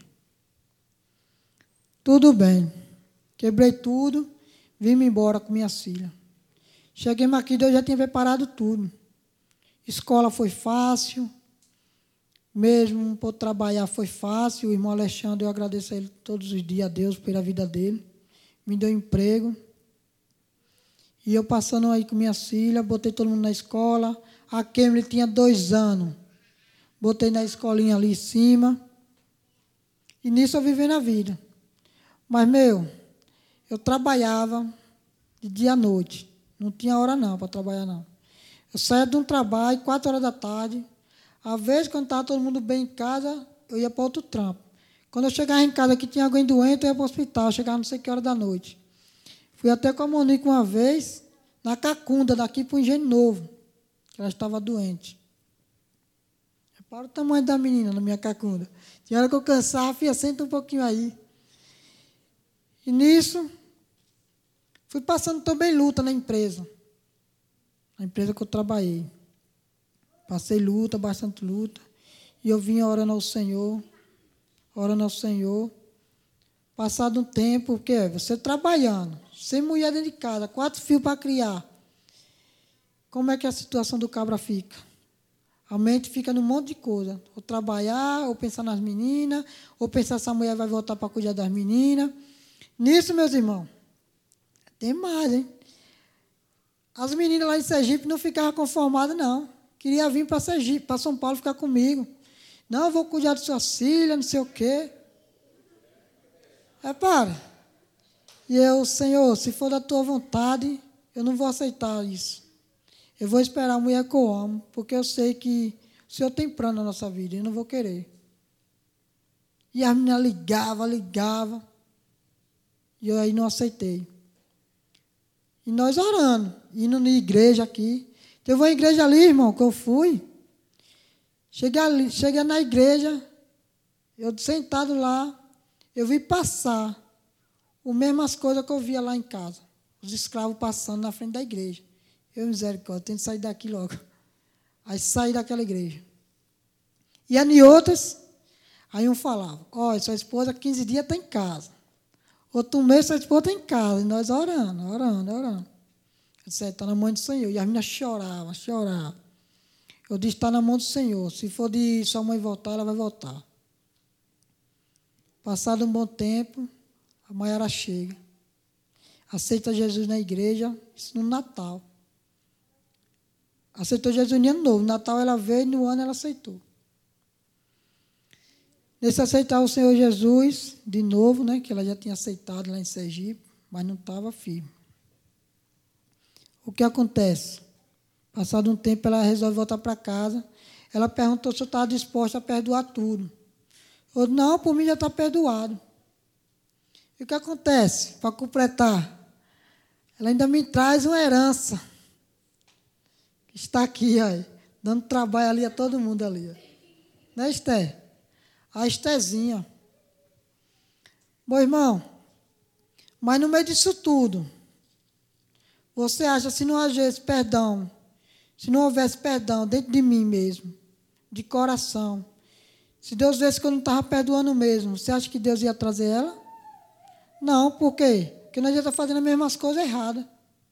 Tudo bem. Quebrei tudo, vim-me embora com minha filha. Cheguei aqui, Deus já tinha preparado tudo. Escola foi fácil. Mesmo por trabalhar foi fácil. O irmão Alexandre, eu agradeço a ele todos os dias, a Deus, pela vida dele. Me deu emprego. E eu passando aí com minha filha, botei todo mundo na escola. A Kemily tinha dois anos. Botei na escolinha ali em cima. E nisso eu vivei na vida. Mas, meu, eu trabalhava de dia à noite. Não tinha hora não para trabalhar, não. Eu saía de um trabalho, quatro horas da tarde. Às vezes, quando estava todo mundo bem em casa, eu ia para outro trampo. Quando eu chegava em casa que tinha alguém doente, eu ia para o hospital. Eu chegava não sei que hora da noite. Fui até com a Monique uma vez, na Cacunda, daqui para o Engenho Novo, que ela estava doente. Repara o tamanho da menina na minha Cacunda. Tinha hora que eu cansava, filha, senta um pouquinho aí. E nisso, fui passando também luta na empresa. Na empresa que eu trabalhei. Passei luta, bastante luta. E eu vinha orando ao Senhor, orando ao Senhor. Passado um tempo, porque você trabalhando, sem mulher dentro de casa, quatro filhos para criar. Como é que a situação do cabra fica? A mente fica num monte de coisa. Ou trabalhar, ou pensar nas meninas, ou pensar se a mulher vai voltar para cuidar das meninas. Nisso, meus irmãos, tem mais, hein? As meninas lá em Sergipe não ficavam conformadas, não. Queria vir para Sergipe, para São Paulo ficar comigo. Não, eu vou cuidar de suas filhas, não sei o quê. É, para. E eu, Senhor, se for da tua vontade, eu não vou aceitar isso. Eu vou esperar a mulher que eu amo, porque eu sei que o Senhor tem plano na nossa vida, e eu não vou querer. E a menina ligava, ligava, e eu aí não aceitei. E nós orando, indo na igreja aqui. Teve uma igreja ali, irmão, que eu fui. Cheguei, ali, cheguei na igreja, eu sentado lá, eu vi passar as mesmas coisas que eu via lá em casa. Os escravos passando na frente da igreja. Eu, misericórdia, tenho que sair daqui logo. Aí saí daquela igreja. E em outras, aí um falava, olha, sua esposa quinze dias está em casa. Outro mês, sua esposa está em casa. E nós orando, orando, orando. Eu disse, está na mão do Senhor. E as meninas choravam, choravam. Eu disse, está na mão do Senhor. Se for de sua mãe voltar, ela vai voltar. Passado um bom tempo, a Maiara chega. Aceita Jesus na igreja, isso no Natal. Aceitou Jesus no ano novo. No Natal ela veio e no ano ela aceitou. Nesse aceitar o Senhor Jesus, de novo, né, que ela já tinha aceitado lá em Sergipe, mas não estava firme. O que acontece? Passado um tempo, ela resolve voltar para casa. Ela perguntou se eu estava disposta a perdoar tudo. Eu disse, não, por mim já está perdoado. E o que acontece? Para completar, ela ainda me traz uma herança. Que está aqui, aí, dando trabalho ali a todo mundo ali. Ó. Né, Esther? A Estézinha. Bom, irmão, mas no meio disso tudo, você acha, se não houvesse perdão, se não houvesse perdão dentro de mim mesmo, de coração, se Deus visse que eu não estava perdoando mesmo, você acha que Deus ia trazer ela? Não, por quê? Porque nós já estamos fazendo as mesmas coisas erradas.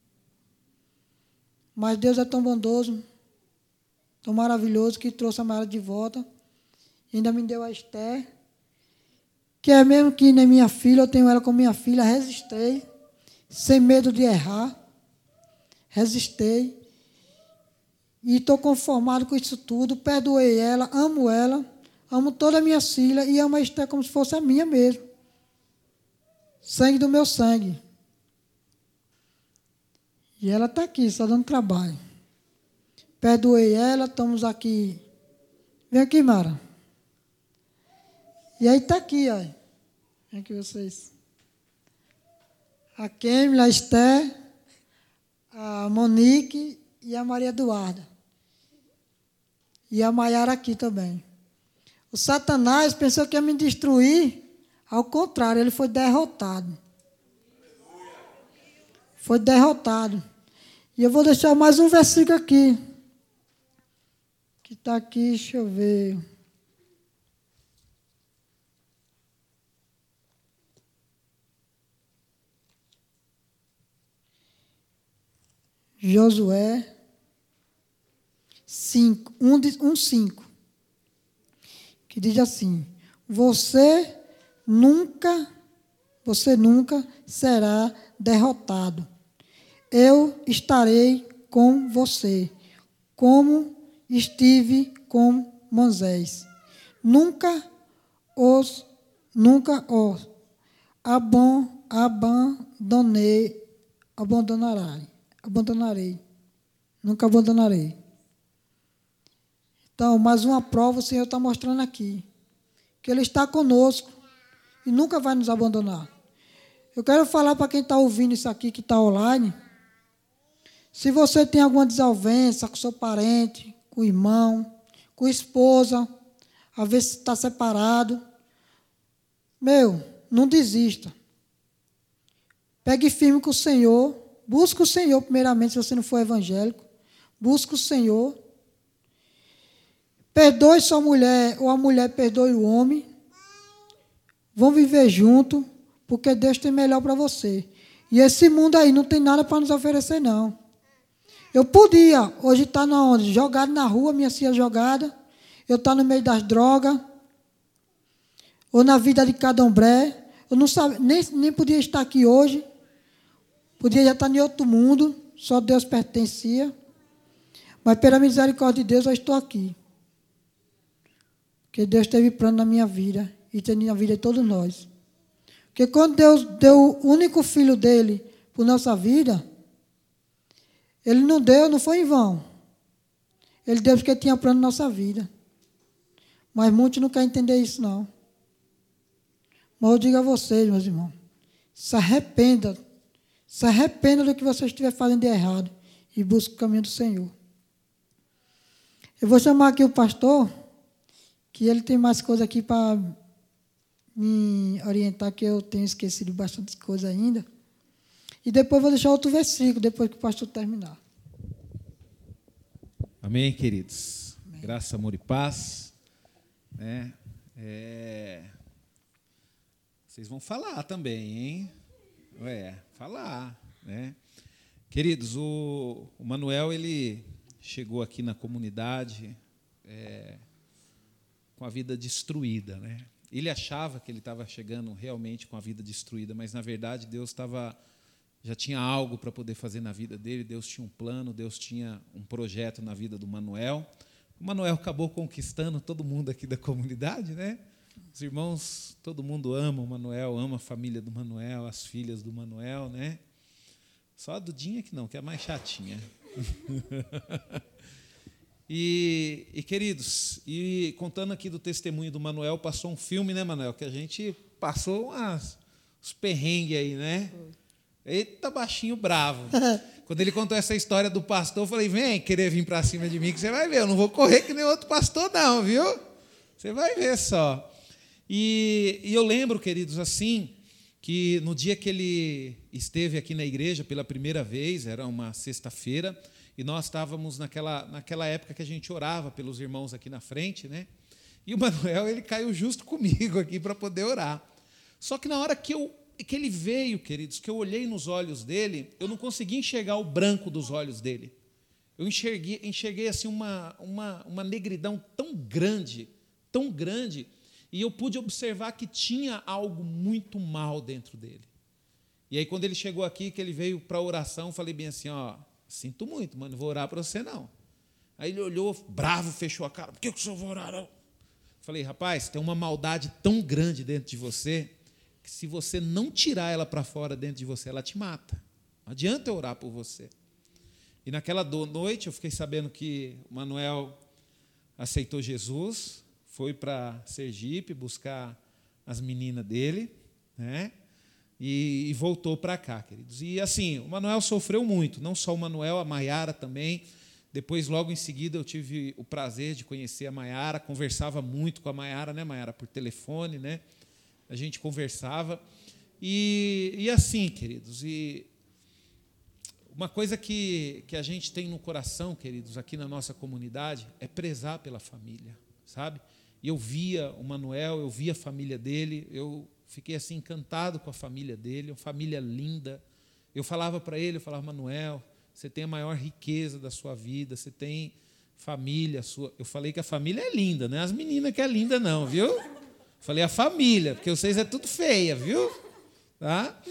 Mas Deus é tão bondoso, tão maravilhoso, que trouxe a Mara de volta. Ainda me deu a Esther, que é mesmo que nem minha filha, eu tenho ela como minha filha, resistei, sem medo de errar, resistei, e estou conformado com isso tudo, perdoei ela, amo ela, amo todas as minhas filhas, e amo a Esther como se fosse a minha mesmo, sangue do meu sangue. E ela está aqui, só dando trabalho. Perdoei ela, estamos aqui. Vem aqui, Mara. E aí está aqui, ó. Vem aqui vocês. A Kemila, a Esther, a Monique e a Maria Eduarda. E a Maiara aqui também. O Satanás pensou que ia me destruir. Ao contrário, ele foi derrotado. Foi derrotado. E eu vou deixar mais um versículo aqui. Que está aqui, deixa eu ver. Josué cinco, um, cinco, que diz assim, você nunca, você nunca será derrotado. Eu estarei com você, como estive com Moisés. Nunca os, nunca os abon, abandonei, abandonarei. Abandonarei. Nunca abandonarei. Então, mais uma prova o Senhor está mostrando aqui. Que Ele está conosco e nunca vai nos abandonar. Eu quero falar para quem está ouvindo isso aqui, que está online. Se você tem alguma desavença com seu parente, com o irmão, com a esposa, às vezes está separado, meu, não desista. Pegue firme com o Senhor. Busque o Senhor, primeiramente, se você não for evangélico. Busque o Senhor. perdoe sua mulher, ou a mulher perdoe o homem. Vão viver junto, porque Deus tem melhor para você. E esse mundo aí não tem nada para nos oferecer, não. Eu podia, hoje estar na onde? Jogado na rua, minha filha jogada. Eu estar no meio das drogas. Ou na vida de candomblé. Eu não sabia, nem, nem podia estar aqui hoje. Podia já estar em outro mundo. Só Deus pertencia. Mas pela misericórdia de Deus eu estou aqui. Porque Deus teve plano na minha vida. E tem na vida de todos nós. Porque quando Deus deu o único filho dele por nossa vida, ele não deu, não foi em vão. Ele deu porque tinha plano na nossa vida. Mas muitos não querem entender isso, não. Mas eu digo a vocês, meus irmãos, se arrependa. Se arrependa do que você estiver fazendo de errado e busque o caminho do Senhor. Eu vou chamar aqui o pastor, que ele tem mais coisa aqui para me orientar, que eu tenho esquecido bastante coisa ainda. E depois vou deixar outro versículo, depois que o pastor terminar. Amém, queridos? Amém. Graça, amor e paz. É, é... Vocês vão falar também, hein? É, falar, né? Queridos, o, o Manuel, ele chegou aqui na comunidade é, com a vida destruída, né? Ele achava que ele estava chegando realmente com a vida destruída, mas, na verdade, Deus estava, já tinha algo para poder fazer na vida dele, Deus tinha um plano, Deus tinha um projeto na vida do Manuel. O Manuel acabou conquistando todo mundo aqui da comunidade, né? Os irmãos, todo mundo ama o Manuel, ama a família do Manuel, as filhas do Manuel, né? Só a Dudinha que não, que é mais chatinha. E, e, queridos, e contando aqui do testemunho do Manuel, passou um filme, né, Manuel? Que a gente passou umas, uns perrengues aí, né? Eita, baixinho bravo. Quando ele contou essa história do pastor, eu falei, vem querer vir para cima de mim que você vai ver. Eu não vou correr que nem outro pastor, não, viu? Você vai ver só. E, e eu lembro, queridos, assim, que no dia que ele esteve aqui na igreja pela primeira vez, era uma sexta-feira, e nós estávamos naquela, naquela época que a gente orava pelos irmãos aqui na frente, né? E o Manuel, ele caiu justo comigo aqui para poder orar. Só que na hora que, eu, que ele veio, queridos, que eu olhei nos olhos dele, eu não consegui enxergar o branco dos olhos dele. Eu enxerguei, enxerguei assim, uma, uma, uma negridão tão grande, tão grande, e eu pude observar que tinha algo muito mal dentro dele. E aí, quando ele chegou aqui, que ele veio para a oração, eu falei bem assim, ó, sinto muito, mano, não vou orar para você, não. Aí ele olhou, bravo, fechou a cara, por que o senhor vai orar, não? Falei, rapaz, tem uma maldade tão grande dentro de você, que se você não tirar ela para fora dentro de você, ela te mata. Não adianta eu orar por você. E naquela noite, eu fiquei sabendo que o Manuel aceitou Jesus, foi para Sergipe buscar as meninas dele, né? E, e voltou para cá, queridos. E assim, o Manuel sofreu muito, não só o Manuel, a Maiara também. Depois, logo em seguida, eu tive o prazer de conhecer a Maiara, conversava muito com a Maiara, né, Maiara, por telefone, né? A gente conversava. E, e assim, queridos, e uma coisa que, que a gente tem no coração, queridos, aqui na nossa comunidade, é prezar pela família, sabe? E eu via o Manuel, eu via a família dele, eu fiquei assim encantado com a família dele, uma família linda. Eu falava para ele, eu falava, Manuel, você tem a maior riqueza da sua vida, você tem família sua. Eu falei que a família é linda, não é as meninas que é linda não, viu? Falei a família, porque vocês é tudo feia, viu? Tá?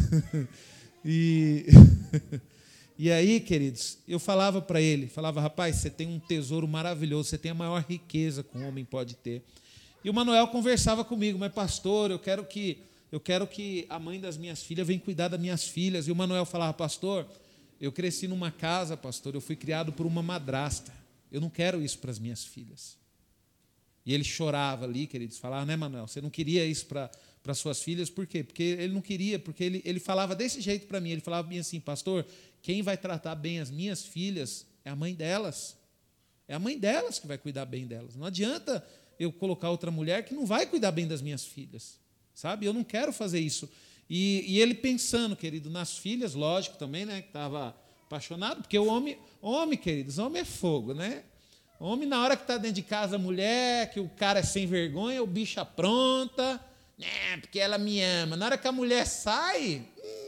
E, e aí, queridos, eu falava para ele, falava, rapaz, você tem um tesouro maravilhoso, você tem a maior riqueza que um homem pode ter. E o Manuel conversava comigo, mas pastor, eu quero que, eu quero que a mãe das minhas filhas venha cuidar das minhas filhas. E o Manuel falava, pastor, eu cresci numa casa, pastor, eu fui criado por uma madrasta. Eu não quero isso para as minhas filhas. E ele chorava ali, queridos, falava, né, Manuel, você não queria isso para as suas filhas, por quê? Porque ele não queria, porque ele, ele falava desse jeito para mim, ele falava bem assim, pastor, quem vai tratar bem as minhas filhas é a mãe delas. É a mãe delas que vai cuidar bem delas. Não adianta eu colocar outra mulher que não vai cuidar bem das minhas filhas, sabe? Eu não quero fazer isso. E, e ele pensando, querido, nas filhas, lógico também, né, que estava apaixonado, porque o homem, homem, queridos, homem é fogo, né? Homem, na hora que está dentro de casa, a mulher, que o cara é sem vergonha, o bicho apronta, né, porque ela me ama. Na hora que a mulher sai,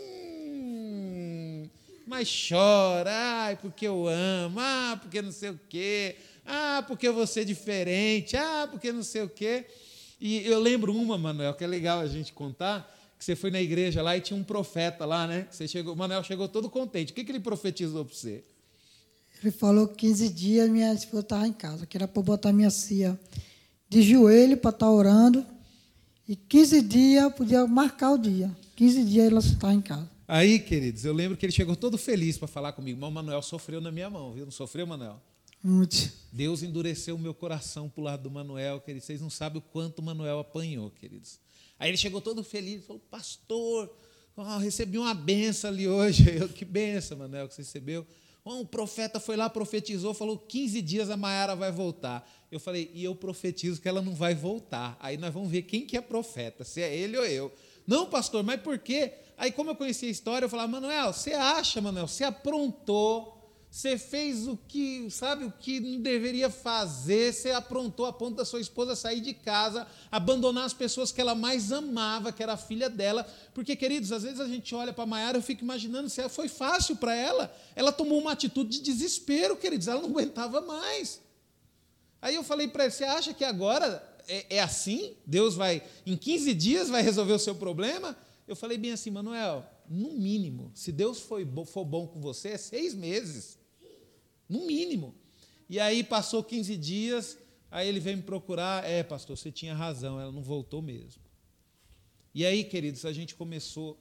hum, mas chora, ai, porque eu amo, ah, porque não sei o quê, ah, porque eu vou ser diferente, ah, porque não sei o quê. E eu lembro uma, Manuel, que é legal a gente contar, que você foi na igreja lá e tinha um profeta lá, né? Você chegou, o Manuel chegou todo contente. O que, que ele profetizou para você? Ele falou que quinze dias minha esposa estava em casa, que era para botar minha cia de joelho para estar orando, e quinze dias podia marcar o dia. quinze dias ela estava em casa. Aí, queridos, eu lembro que ele chegou todo feliz para falar comigo, mas o Manuel sofreu na minha mão, viu? Não sofreu, Manuel? Muito. Deus endureceu o meu coração para o lado do Manuel, queridos. Vocês não sabem o quanto o Manuel apanhou, queridos. Aí ele chegou todo feliz, falou, pastor, oh, recebi uma benção ali hoje. Eu, que benção, Manuel, que você recebeu. Oh, o profeta foi lá, profetizou, falou, quinze dias a Maiara vai voltar. Eu falei, e eu profetizo que ela não vai voltar. Aí nós vamos ver quem que é profeta, se é ele ou eu. Não, pastor, mas por quê? Aí, como eu conhecia a história, eu falava, Manuel, você acha, Manuel, você aprontou, você fez o que, sabe, o que não deveria fazer, você aprontou a ponto da sua esposa sair de casa, abandonar as pessoas que ela mais amava, que era a filha dela, porque, queridos, às vezes a gente olha para a Maiara, eu fico imaginando se foi fácil para ela, ela tomou uma atitude de desespero, queridos, ela não aguentava mais. Aí eu falei para ele, você acha que agora é, é assim? Deus vai, em quinze dias, vai resolver o seu problema? Eu falei bem assim, Manuel, no mínimo, se Deus foi, for bom com você, é seis meses. No mínimo. E aí passou quinze dias, aí ele veio me procurar, é, pastor, você tinha razão, ela não voltou mesmo. E aí, queridos, a gente começou...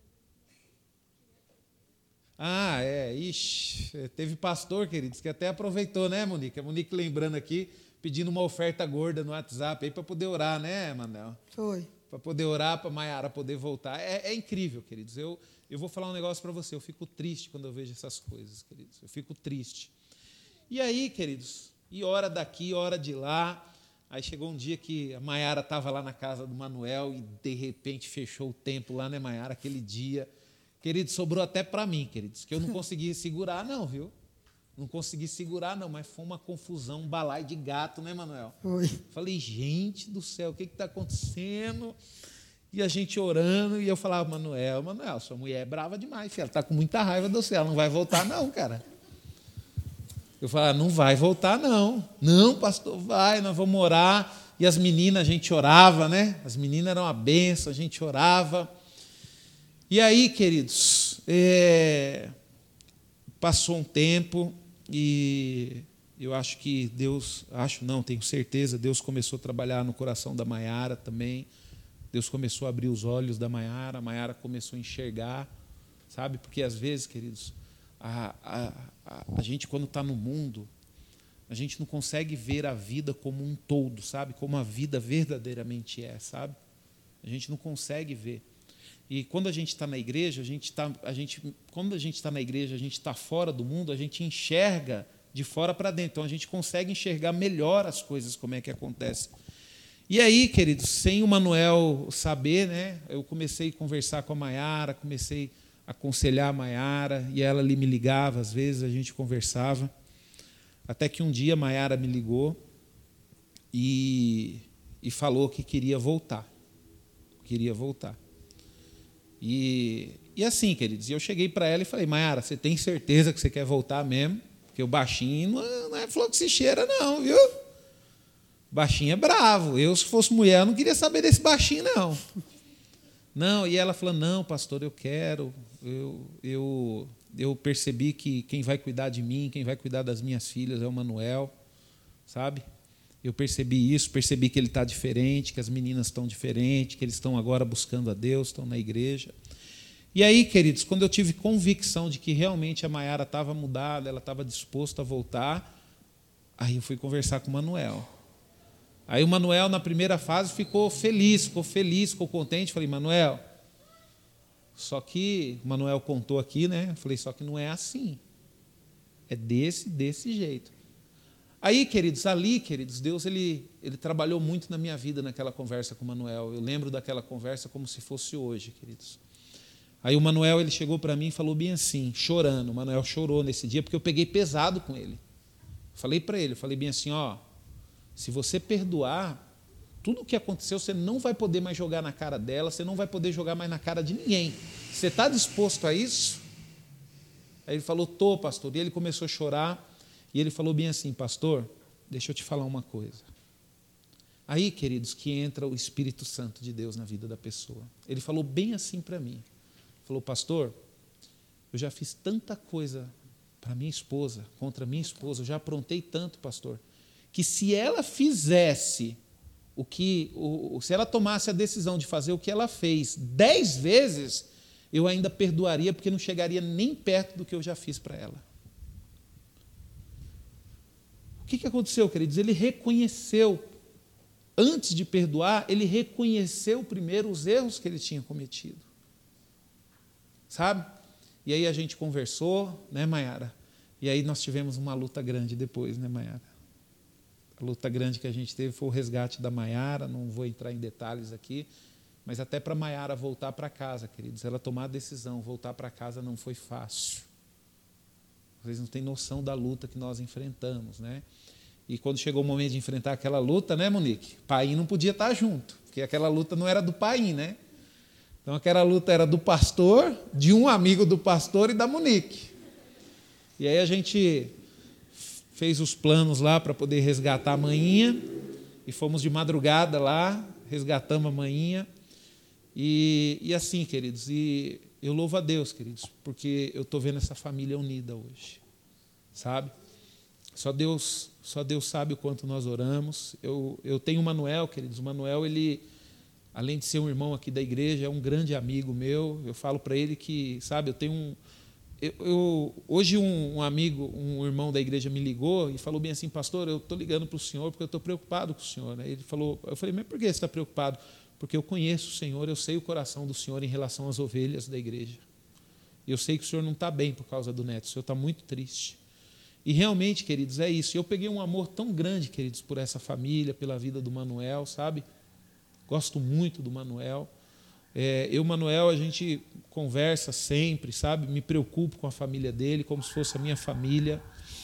Ah, é, ixi, teve pastor, queridos, que até aproveitou, né, Monique? A Monique lembrando aqui, pedindo uma oferta gorda no WhatsApp aí para poder orar, né, Manel? Foi. Para poder orar, para a Maiara poder voltar. É, é incrível, queridos. Eu, eu vou falar um negócio para você. Eu fico triste quando eu vejo essas coisas, queridos. Eu fico triste. E aí, queridos, e hora daqui, hora de lá. Aí chegou um dia que a Maiara estava lá na casa do Manuel e, de repente, fechou o tempo lá, né, Maiara? Aquele dia. Queridos, sobrou até para mim, queridos, que eu não consegui segurar, não, viu? Não consegui segurar, não, mas foi uma confusão, um balaio de gato, né, Manuel? Foi. Falei, gente do céu, o que está acontecendo? E a gente orando, e eu falava, Manuel, Manuel, sua mulher é brava demais, filho, ela está com muita raiva do céu, ela não vai voltar, não, cara. Eu falava, não vai voltar, não. Não, pastor, vai, nós vamos orar. E as meninas, a gente orava, né? As meninas eram uma benção, a gente orava. E aí, queridos, é... passou um tempo e eu acho que Deus, acho não, tenho certeza, Deus começou a trabalhar no coração da Maiara também. Deus começou a abrir os olhos da Maiara, a Maiara começou a enxergar, sabe? Porque às vezes, queridos, a, a, a, a gente quando está no mundo, a gente não consegue ver a vida como um todo, sabe? Como a vida verdadeiramente é, sabe? A gente não consegue ver. E quando a gente está na igreja, a gente tá, a gente, quando a gente está na igreja, a gente está fora do mundo, a gente enxerga de fora para dentro. Então, a gente consegue enxergar melhor as coisas, como é que acontece. E aí, queridos, sem o Manuel saber, né, eu comecei a conversar com a Maiara, comecei a aconselhar a Maiara, e ela ali me ligava, às vezes a gente conversava. Até que um dia a Maiara me ligou e, e falou que queria voltar. Queria voltar. E, e assim, queridos, eu cheguei para ela e falei, Maiara, você tem certeza que você quer voltar mesmo? Porque o baixinho não é, não é fluxicheira não, viu? O baixinho é bravo. Eu, se fosse mulher, eu não queria saber desse baixinho, não. Não, e ela falou, não, pastor, eu quero. Eu, eu, eu percebi que quem vai cuidar de mim, quem vai cuidar das minhas filhas é o Manuel, sabe? Eu percebi isso, percebi que ele está diferente, que as meninas estão diferentes, que eles estão agora buscando a Deus, estão na igreja. E aí, queridos, quando eu tive convicção de que realmente a Maiara estava mudada, ela estava disposta a voltar, aí eu fui conversar com o Manuel. Aí o Manuel, na primeira fase, ficou feliz, ficou feliz, ficou contente. Falei, Manuel, só que o Manuel contou aqui, né? Eu falei, só que não é assim. É desse, desse jeito. Aí, queridos, ali, queridos, Deus ele, ele trabalhou muito na minha vida naquela conversa com o Manuel. Eu lembro daquela conversa como se fosse hoje, queridos. Aí o Manuel ele chegou para mim e falou bem assim, chorando. O Manuel chorou nesse dia porque eu peguei pesado com ele. Falei para ele, eu falei bem assim, ó, se você perdoar, tudo o que aconteceu, você não vai poder mais jogar na cara dela, você não vai poder jogar mais na cara de ninguém. Você está disposto a isso? Aí ele falou, tô, pastor. E ele começou a chorar, e ele falou bem assim, pastor, deixa eu te falar uma coisa. Aí, queridos, que entra o Espírito Santo de Deus na vida da pessoa. Ele falou bem assim para mim. Falou, pastor, eu já fiz tanta coisa para minha esposa, contra minha esposa, eu já aprontei tanto, pastor, que se ela fizesse o que, o, se ela tomasse a decisão de fazer o que ela fez dez vezes, eu ainda perdoaria, porque não chegaria nem perto do que eu já fiz para ela. O que, que aconteceu, queridos? Ele reconheceu, antes de perdoar, ele reconheceu primeiro os erros que ele tinha cometido. Sabe? E aí a gente conversou, né, Maiara? E aí nós tivemos uma luta grande depois, né, Maiara? A luta grande que a gente teve foi o resgate da Maiara, não vou entrar em detalhes aqui, mas até para a Maiara voltar para casa, queridos, ela tomar a decisão, voltar para casa não foi fácil. Vocês não têm noção da luta que nós enfrentamos, né? E quando chegou o momento de enfrentar aquela luta, né, Monique? Paim não podia estar junto, porque aquela luta não era do Paim, né? Então aquela luta era do pastor, de um amigo do pastor e da Monique. E aí a gente fez os planos lá para poder resgatar a Maninha, e fomos de madrugada lá, resgatamos a Maninha. E, e assim, queridos, e eu louvo a Deus, queridos, porque eu estou vendo essa família unida hoje, sabe? Só Deus, só Deus sabe o quanto nós oramos. Eu, eu tenho o Manuel, queridos, o Manuel, ele, além de ser um irmão aqui da igreja, é um grande amigo meu. Eu falo para ele que, sabe, eu tenho um... Eu, eu, hoje um, um amigo, um irmão da igreja me ligou e falou bem assim, pastor, eu estou ligando para o senhor porque eu estou preocupado com o senhor. Aí ele falou, eu falei, mas por que você está preocupado? Porque eu conheço o Senhor, eu sei o coração do Senhor em relação às ovelhas da igreja. E eu sei que o Senhor não está bem por causa do neto, o Senhor está muito triste. E realmente, queridos, é isso. Eu peguei um amor tão grande, queridos, por essa família, pela vida do Manuel, sabe? Gosto muito do Manuel. É, eu, Manuel, a gente conversa sempre, sabe? Me preocupo com a família dele, como se fosse a minha família.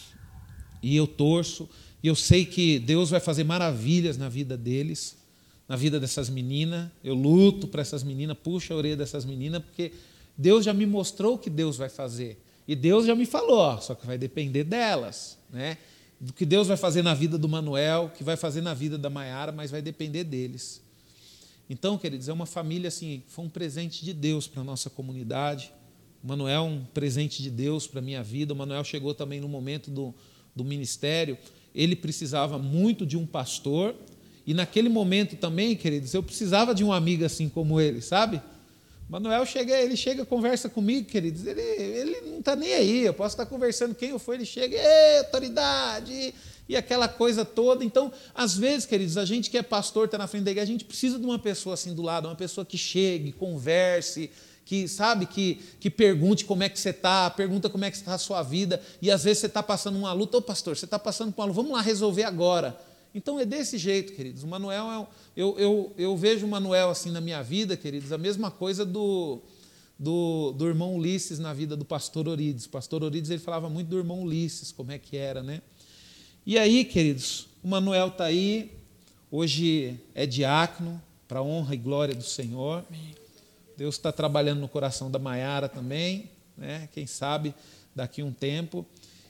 E eu torço. E eu sei que Deus vai fazer maravilhas na vida deles, na vida dessas meninas. Eu luto para essas meninas, puxo a orelha dessas meninas, porque Deus já me mostrou o que Deus vai fazer. E Deus já me falou, ó, só que vai depender delas, né? Do que Deus vai fazer na vida do Manuel, que vai fazer na vida da Maiara, mas vai depender deles. Então, queridos, é uma família assim, foi um presente de Deus para a nossa comunidade. O Manuel é um presente de Deus para a minha vida. O Manuel chegou também no momento do, do ministério. Ele precisava muito de um pastor. E naquele momento também, queridos, eu precisava de um amigo assim como ele, sabe? Manuel chega, ele chega, conversa comigo, queridos, ele, ele não está nem aí, eu posso estar conversando quem eu for, ele chega, ei, autoridade, e, e aquela coisa toda. Então, às vezes, queridos, a gente que é pastor, está na frente da igreja, a gente precisa de uma pessoa assim do lado, uma pessoa que chegue, converse, que, sabe, que, que pergunte como é que você está, pergunta como é que está a sua vida, e às vezes você está passando uma luta, ô pastor, você está passando por uma luta, vamos lá resolver agora. Então é desse jeito, queridos. O Manuel é, eu, eu, eu vejo o Manuel assim na minha vida, queridos, a mesma coisa do, do, do irmão Ulisses na vida do pastor Orides. O pastor Orides ele falava muito do irmão Ulisses, como é que era, né? E aí, queridos, o Manuel está aí, hoje é diácono, para a honra e glória do Senhor. Deus está trabalhando no coração da Maiara também, né? Quem sabe daqui a um tempo.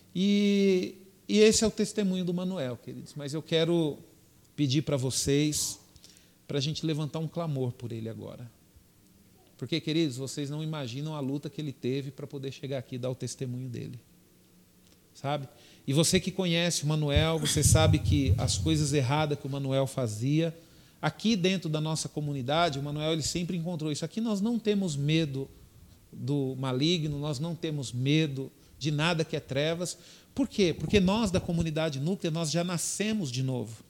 E. E esse é o testemunho do Manuel, queridos. Mas eu quero pedir para vocês, para a gente levantar um clamor por ele agora. Porque, queridos, vocês não imaginam a luta que ele teve para poder chegar aqui e dar o testemunho dele. Sabe? E você que conhece o Manuel, você sabe que as coisas erradas que o Manuel fazia, aqui dentro da nossa comunidade, o Manuel ele sempre encontrou isso. Aqui nós não temos medo do maligno, nós não temos medo de nada que é trevas. Por quê? Porque nós, da comunidade núclea, nós já nascemos de novo.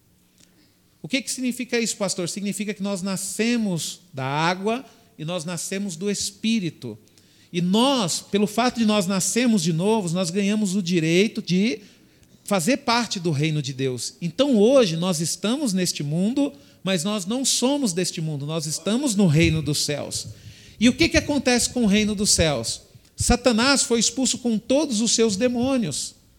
O que, que significa isso, pastor? Significa que nós nascemos da água e nós nascemos do Espírito. E nós, pelo fato de nós nascermos de novo, nós ganhamos o direito de fazer parte do reino de Deus. Então, hoje, nós estamos neste mundo, mas nós não somos deste mundo, nós estamos no reino dos céus. E o que, que acontece com o reino dos céus? Satanás foi expulso com todos os seus demônios.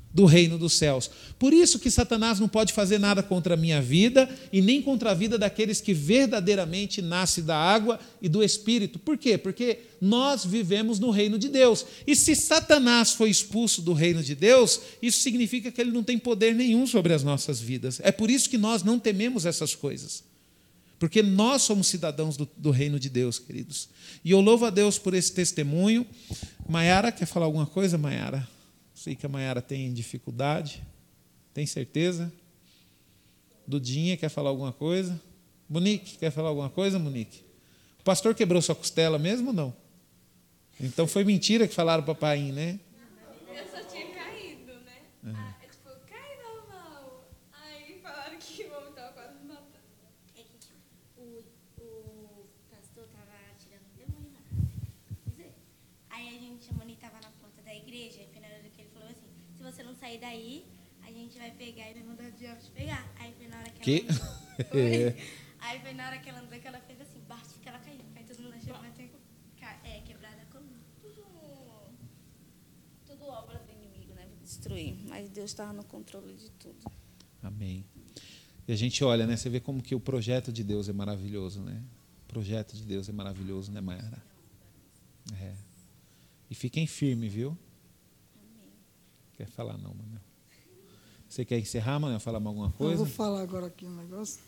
do reino dos céus. Por isso que Satanás não pode fazer nada contra a minha vida e nem contra a vida daqueles que verdadeiramente nascem da água e do Espírito. Por quê? Porque nós vivemos no reino de Deus. E se Satanás foi expulso do reino de Deus, isso significa que ele não tem poder nenhum sobre as nossas vidas. É por isso que nós não tememos essas coisas. Porque nós somos cidadãos do, do reino de Deus, queridos. E eu louvo a Deus por esse testemunho. Maiara, quer falar alguma coisa, Maiara? Sei que a Maiara tem dificuldade. Tem certeza? Dudinha, quer falar alguma coisa? Monique, quer falar alguma coisa, Monique? O pastor quebrou sua costela mesmo ou não? Então foi mentira que falaram para o papai, né? Eu só tinha caído, né? Uhum. Ah, eu, tipo, cai normal. Aí falaram que o homem estava quase me matando. É que tipo, o, o pastor tava tirando o demônio lá, né? Quer dizer, aí a gente, a Moni tava na porta da igreja, e foi na hora que ele falou assim, se você não sair daí, a gente vai pegar e vai mandar o diabo te pegar. Aí foi na hora que, Que? ela andou. Foi. Aí foi na hora que ela andou que ela fez assim, basta que ela caiu. Aí todo mundo achou que ela tinha ca- é, quebrado a coluna. Tudo, tudo obra do inimigo, né? Destruir. Mas Deus estava no controle de tudo. Amém. E a gente olha, né? Você vê como que o projeto de Deus é maravilhoso, né? O projeto de Deus é maravilhoso, né, Maiara? É. E fiquem firmes, viu? Amém. Quer falar não, Manuel? Você quer encerrar, Manuel? Falar alguma Eu coisa? vou falar agora aqui um negócio.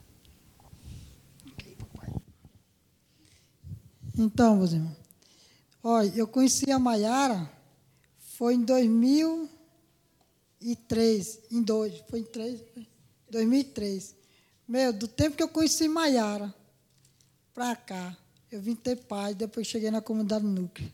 Então, meus irmãos, olha, eu conheci a Maiara, foi em dois mil e três, em dois, foi em três, dois mil e três. Meu, do tempo que eu conheci Maiara para cá, eu vim ter paz, depois cheguei na comunidade núcleo.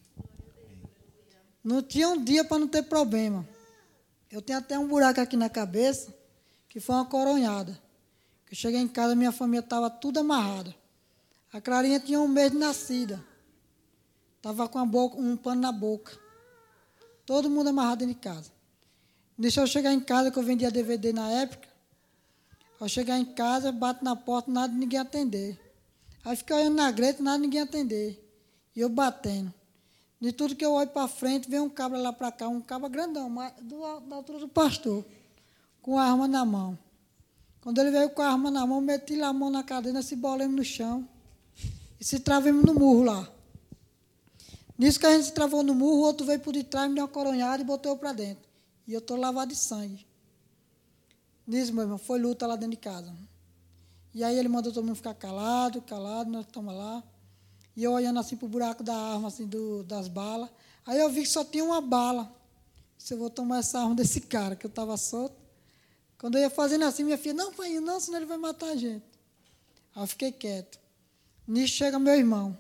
Não tinha um dia para não ter problema. Eu tenho até um buraco aqui na cabeça, que foi uma coronhada. Eu cheguei em casa, minha família estava tudo amarrada. A Clarinha tinha um mês de nascida. Estava com a boca, um pano na boca. Todo mundo amarrado dentro de casa. Deixa eu chegar em casa, que eu vendia D V D na época. Ao chegar em casa, bato na porta, nada de ninguém atender. Aí fiquei olhando na greta, nada de ninguém atender. E eu batendo. De tudo que eu olho para frente, vem um cabra lá para cá, um cabra grandão, do, da altura do pastor, com a arma na mão. Quando ele veio com a arma na mão, meti lá a mão na cadeira, se bolemos no chão. E se travemos no murro lá. Nisso que a gente se travou no murro, o outro veio por detrás, me deu uma coronhada e botou eu para dentro. E eu estou lavado de sangue. Nisso, meu irmão, foi luta lá dentro de casa. E aí ele mandou todo mundo ficar calado, calado, nós estamos lá. E eu olhando assim para o buraco da arma, assim, do, das balas. Aí eu vi que só tinha uma bala. Disse, eu vou tomar essa arma desse cara, que eu estava solto. Quando eu ia fazendo assim, minha filha, não, pai, não, senão ele vai matar a gente. Aí eu fiquei quieto. Nisso chega meu irmão.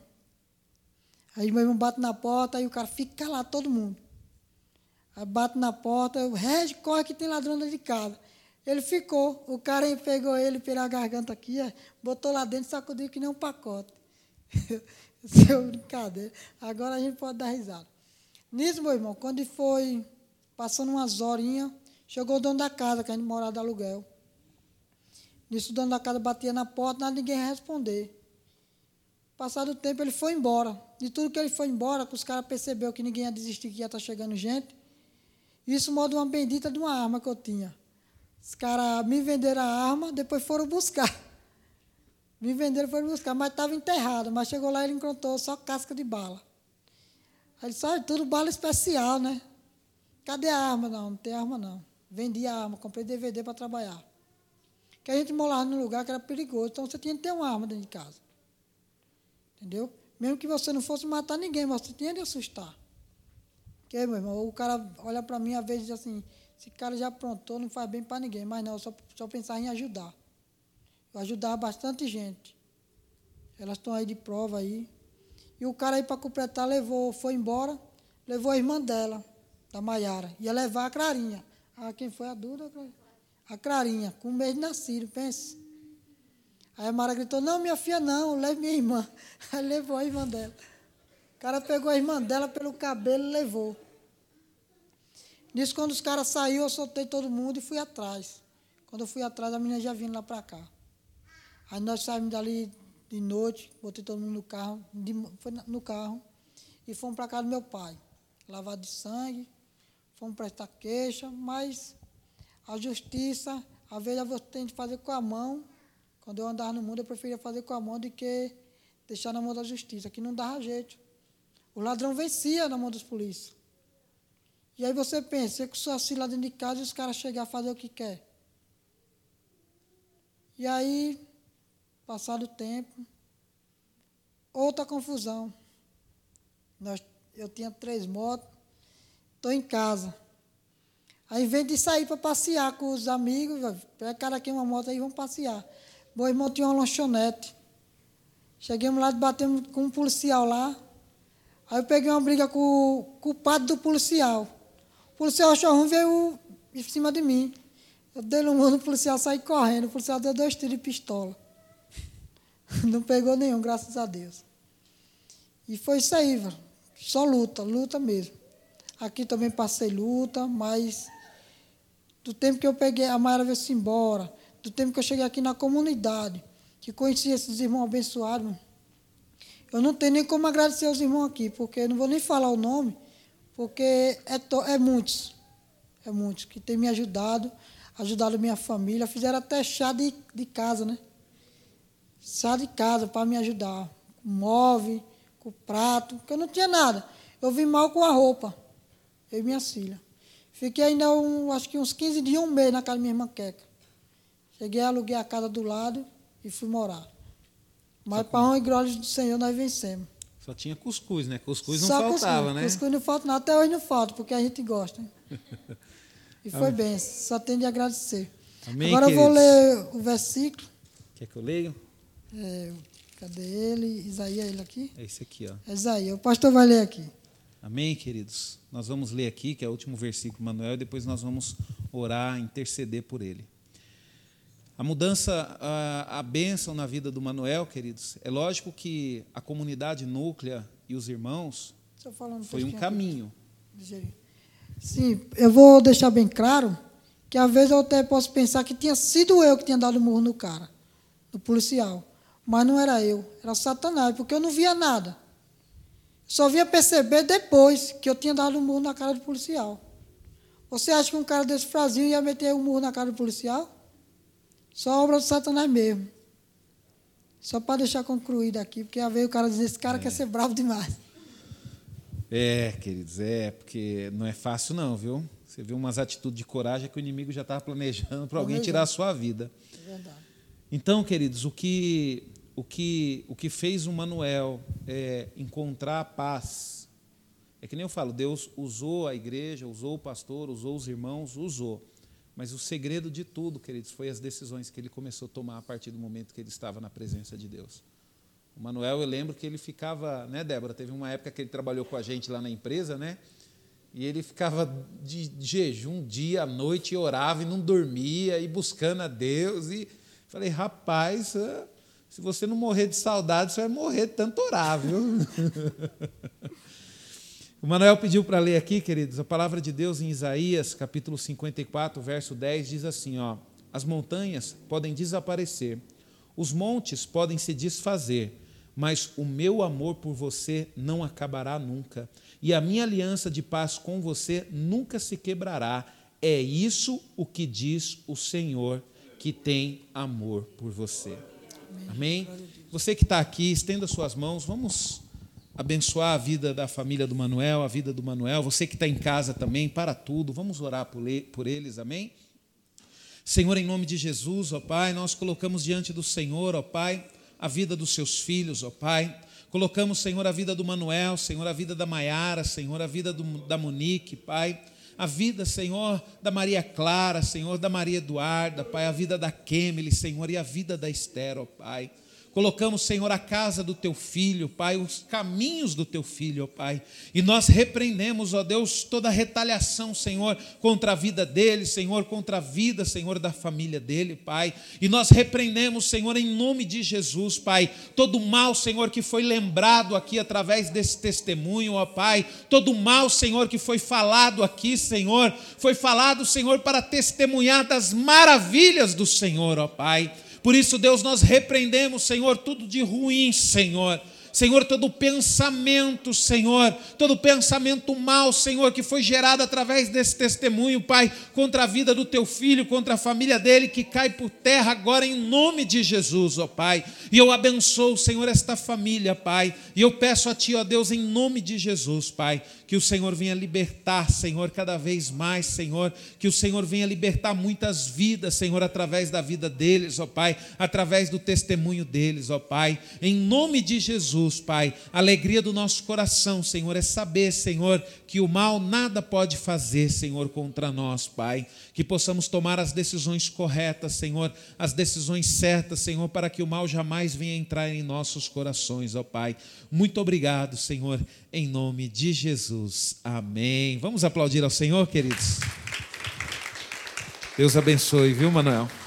Aí meu irmão bate na porta, aí o cara fica calado, todo mundo. Aí bate na porta, eu, Regi, corre que tem ladrão dentro de casa. Ele ficou, o cara pegou ele pela garganta aqui, botou lá dentro e sacudiu que nem um pacote. Isso é brincadeira. Agora a gente pode dar risada. Nisso, meu irmão, quando foi passando umas horinhas, chegou o dono da casa, que a gente morava de aluguel. Nisso o dono da casa batia na porta, nada, ninguém ia responder. Passado o tempo, ele foi embora. De tudo que ele foi embora, que os caras perceberam que ninguém ia desistir, que ia estar chegando gente. Isso modo uma bendita de uma arma que eu tinha. Os caras me venderam a arma, depois foram buscar. Me venderam e foram buscar, mas estava enterrado. Mas chegou lá e ele encontrou só casca de bala. Aí ele disse, olha, tudo bala especial, né? Cadê a arma? Não, não tem arma, não. Vendi a arma, comprei D V D para trabalhar. Porque a gente morava num lugar que era perigoso, então você tinha que ter uma arma dentro de casa. Entendeu? Mesmo que você não fosse matar ninguém, mas você tinha de assustar. Porque, meu irmão, o cara olha para mim, às vezes, diz assim, esse cara já aprontou, não faz bem para ninguém. Mas não, eu só, só pensava em ajudar. Eu ajudava bastante gente. Elas estão aí de prova aí. E o cara aí, para completar, levou, foi embora, levou a irmã dela, da Maiara. Ia levar a Clarinha. Ah, quem foi a Duda? A Clarinha, com um mês de nascido, pensa. Aí a Mara gritou, não, minha filha não, leve minha irmã. Aí levou a irmã dela. O cara pegou a irmã dela pelo cabelo e levou. Nisso, quando os caras saíram, eu soltei todo mundo e fui atrás. Quando eu fui atrás, a menina já vinha lá para cá. Aí nós saímos dali de noite, botei todo mundo no carro, de, foi no carro, e fomos para casa do meu pai. Lavado de sangue, fomos prestar queixa, mas a justiça, às vezes você tem que fazer com a mão. Quando eu andava no mundo, eu preferia fazer com a mão do que deixar na mão da justiça, que não dava jeito. O ladrão vencia na mão dos polícias. E aí você pensa, você com sua filha lá dentro de casa e os caras chegam a fazer o que quer. E aí, passado o tempo, outra confusão. Nós, eu tinha três motos, estou em casa. Aí, em vez de sair para passear com os amigos, pega cara aqui uma moto aí, vamos passear. Meu irmão tinha uma lanchonete. Chegamos lá, batemos com um policial lá. Aí eu peguei uma briga com, com o padre do policial. O policial achou ruim, veio em cima de mim. Eu dei um mano, o policial saiu correndo. O policial deu dois tiros de pistola. Não pegou nenhum, graças a Deus. E foi isso aí, velho. Só luta, luta mesmo. Aqui também passei luta, mas do tempo que eu peguei, a Mayra veio-se embora, do tempo que eu cheguei aqui na comunidade, que conheci esses irmãos abençoados, eu não tenho nem como agradecer aos irmãos aqui, porque eu não vou nem falar o nome, porque é, to, é muitos, é muitos que têm me ajudado, ajudado a minha família, fizeram até chá de, de casa, né? Chá de casa para me ajudar, com móvel, com prato, porque eu não tinha nada. Eu vim mal com a roupa, eu e minha filha. Fiquei ainda, um, acho que uns quinze dias, um mês na casa da minha irmã Queca. Cheguei, aluguei a casa do lado e fui morar. Mas para honra e glória do Senhor nós vencemos. Só tinha cuscuz, né? Cuscuz não Só faltava, cuscuz. né? Cuscuz não falta nada, até hoje não falta, porque a gente gosta. Né? E foi Amém. bem, só tenho de agradecer. Amém, Agora eu vou queridos. ler o versículo. Quer que eu leia? É, cadê ele? Isaías, ele aqui? É esse aqui, ó. É Isaías, o pastor vai ler aqui. Amém, queridos? Nós vamos ler aqui, que é o último versículo, Manuel, e depois nós vamos orar, interceder por ele. A mudança, a, a bênção na vida do Manuel, queridos, é lógico que a comunidade núclea e os irmãos foi um caminho. Aqui. Sim, eu vou deixar bem claro que às vezes eu até posso pensar que tinha sido eu que tinha dado murro no cara, no policial, mas não era eu, era Satanás, porque eu não via nada. Só vinha perceber depois que eu tinha dado um murro na cara do policial. Você acha que um cara desse frasinho ia meter um murro na cara do policial? Só obra do Satanás mesmo. Só para deixar concluído aqui, porque às vezes o cara diz, esse cara é. quer ser bravo demais. É, queridos, é, porque não é fácil não, viu? Você viu umas atitudes de coragem que o inimigo já estava planejando para alguém tirar a sua vida. É verdade. Então, queridos, o que, o que, o que fez o Manuel é, encontrar a paz, é que nem eu falo, Deus usou a igreja, usou o pastor, usou os irmãos, usou. Mas o segredo de tudo, queridos, foi as decisões que ele começou a tomar a partir do momento que ele estava na presença de Deus. O Manuel, eu lembro que ele ficava, né, Débora? Teve uma época que ele trabalhou com a gente lá na empresa, né? E ele ficava de jejum dia, à noite, e orava e não dormia, e buscando a Deus. E falei, rapaz, se você não morrer de saudade, você vai morrer de tanto orar, viu? O Manuel pediu para ler aqui, queridos, a palavra de Deus em Isaías, capítulo cinquenta e quatro, verso dez, diz assim, ó, as montanhas podem desaparecer, os montes podem se desfazer, mas o meu amor por você não acabará nunca, e a minha aliança de paz com você nunca se quebrará. É isso o que diz o Senhor, que tem amor por você. Amém? Amém? Você que está aqui, estenda suas mãos, vamos abençoar a vida da família do Manuel, a vida do Manuel. Você que está em casa também, para tudo, vamos orar por eles, amém? Senhor, em nome de Jesus, ó Pai, nós colocamos diante do Senhor, ó Pai, a vida dos seus filhos, ó Pai. Colocamos, Senhor, a vida do Manuel, Senhor, a vida da Maiara, Senhor, a vida do, da Monique, Pai. A vida, Senhor, da Maria Clara, Senhor, da Maria Eduarda, Pai. A vida da Kemily, Senhor, e a vida da Esther, ó Pai. Colocamos, Senhor, a casa do Teu Filho, Pai, os caminhos do Teu Filho, ó Pai. E nós repreendemos, ó Deus, toda retaliação, Senhor, contra a vida dele, Senhor, contra a vida, Senhor, da família dele, Pai. E nós repreendemos, Senhor, em nome de Jesus, Pai, todo mal, Senhor, que foi lembrado aqui através desse testemunho, ó Pai. Todo mal, Senhor, que foi falado aqui, Senhor, foi falado, Senhor, para testemunhar das maravilhas do Senhor, ó Pai. Por isso, Deus, nós repreendemos, Senhor, tudo de ruim, Senhor. Senhor, todo pensamento, Senhor, todo pensamento mal, Senhor, que foi gerado através desse testemunho, Pai, contra a vida do teu filho, contra a família dele, que cai por terra agora em nome de Jesus, ó Pai. E eu abençoo, Senhor, esta família, Pai. E eu peço a Ti, ó Deus, em nome de Jesus, Pai, que o Senhor venha libertar, Senhor, cada vez mais, Senhor, que o Senhor venha libertar muitas vidas, Senhor, através da vida deles, ó Pai, através do testemunho deles, ó Pai, em nome de Jesus, Pai. A alegria do nosso coração, Senhor, é saber, Senhor, que o mal nada pode fazer, Senhor, contra nós, Pai, que possamos tomar as decisões corretas, Senhor, as decisões certas, Senhor, para que o mal jamais venha entrar em nossos corações, ó Pai. Muito obrigado, Senhor, em nome de Jesus. Amém. Vamos aplaudir ao Senhor, queridos? Deus abençoe, viu, Manuel?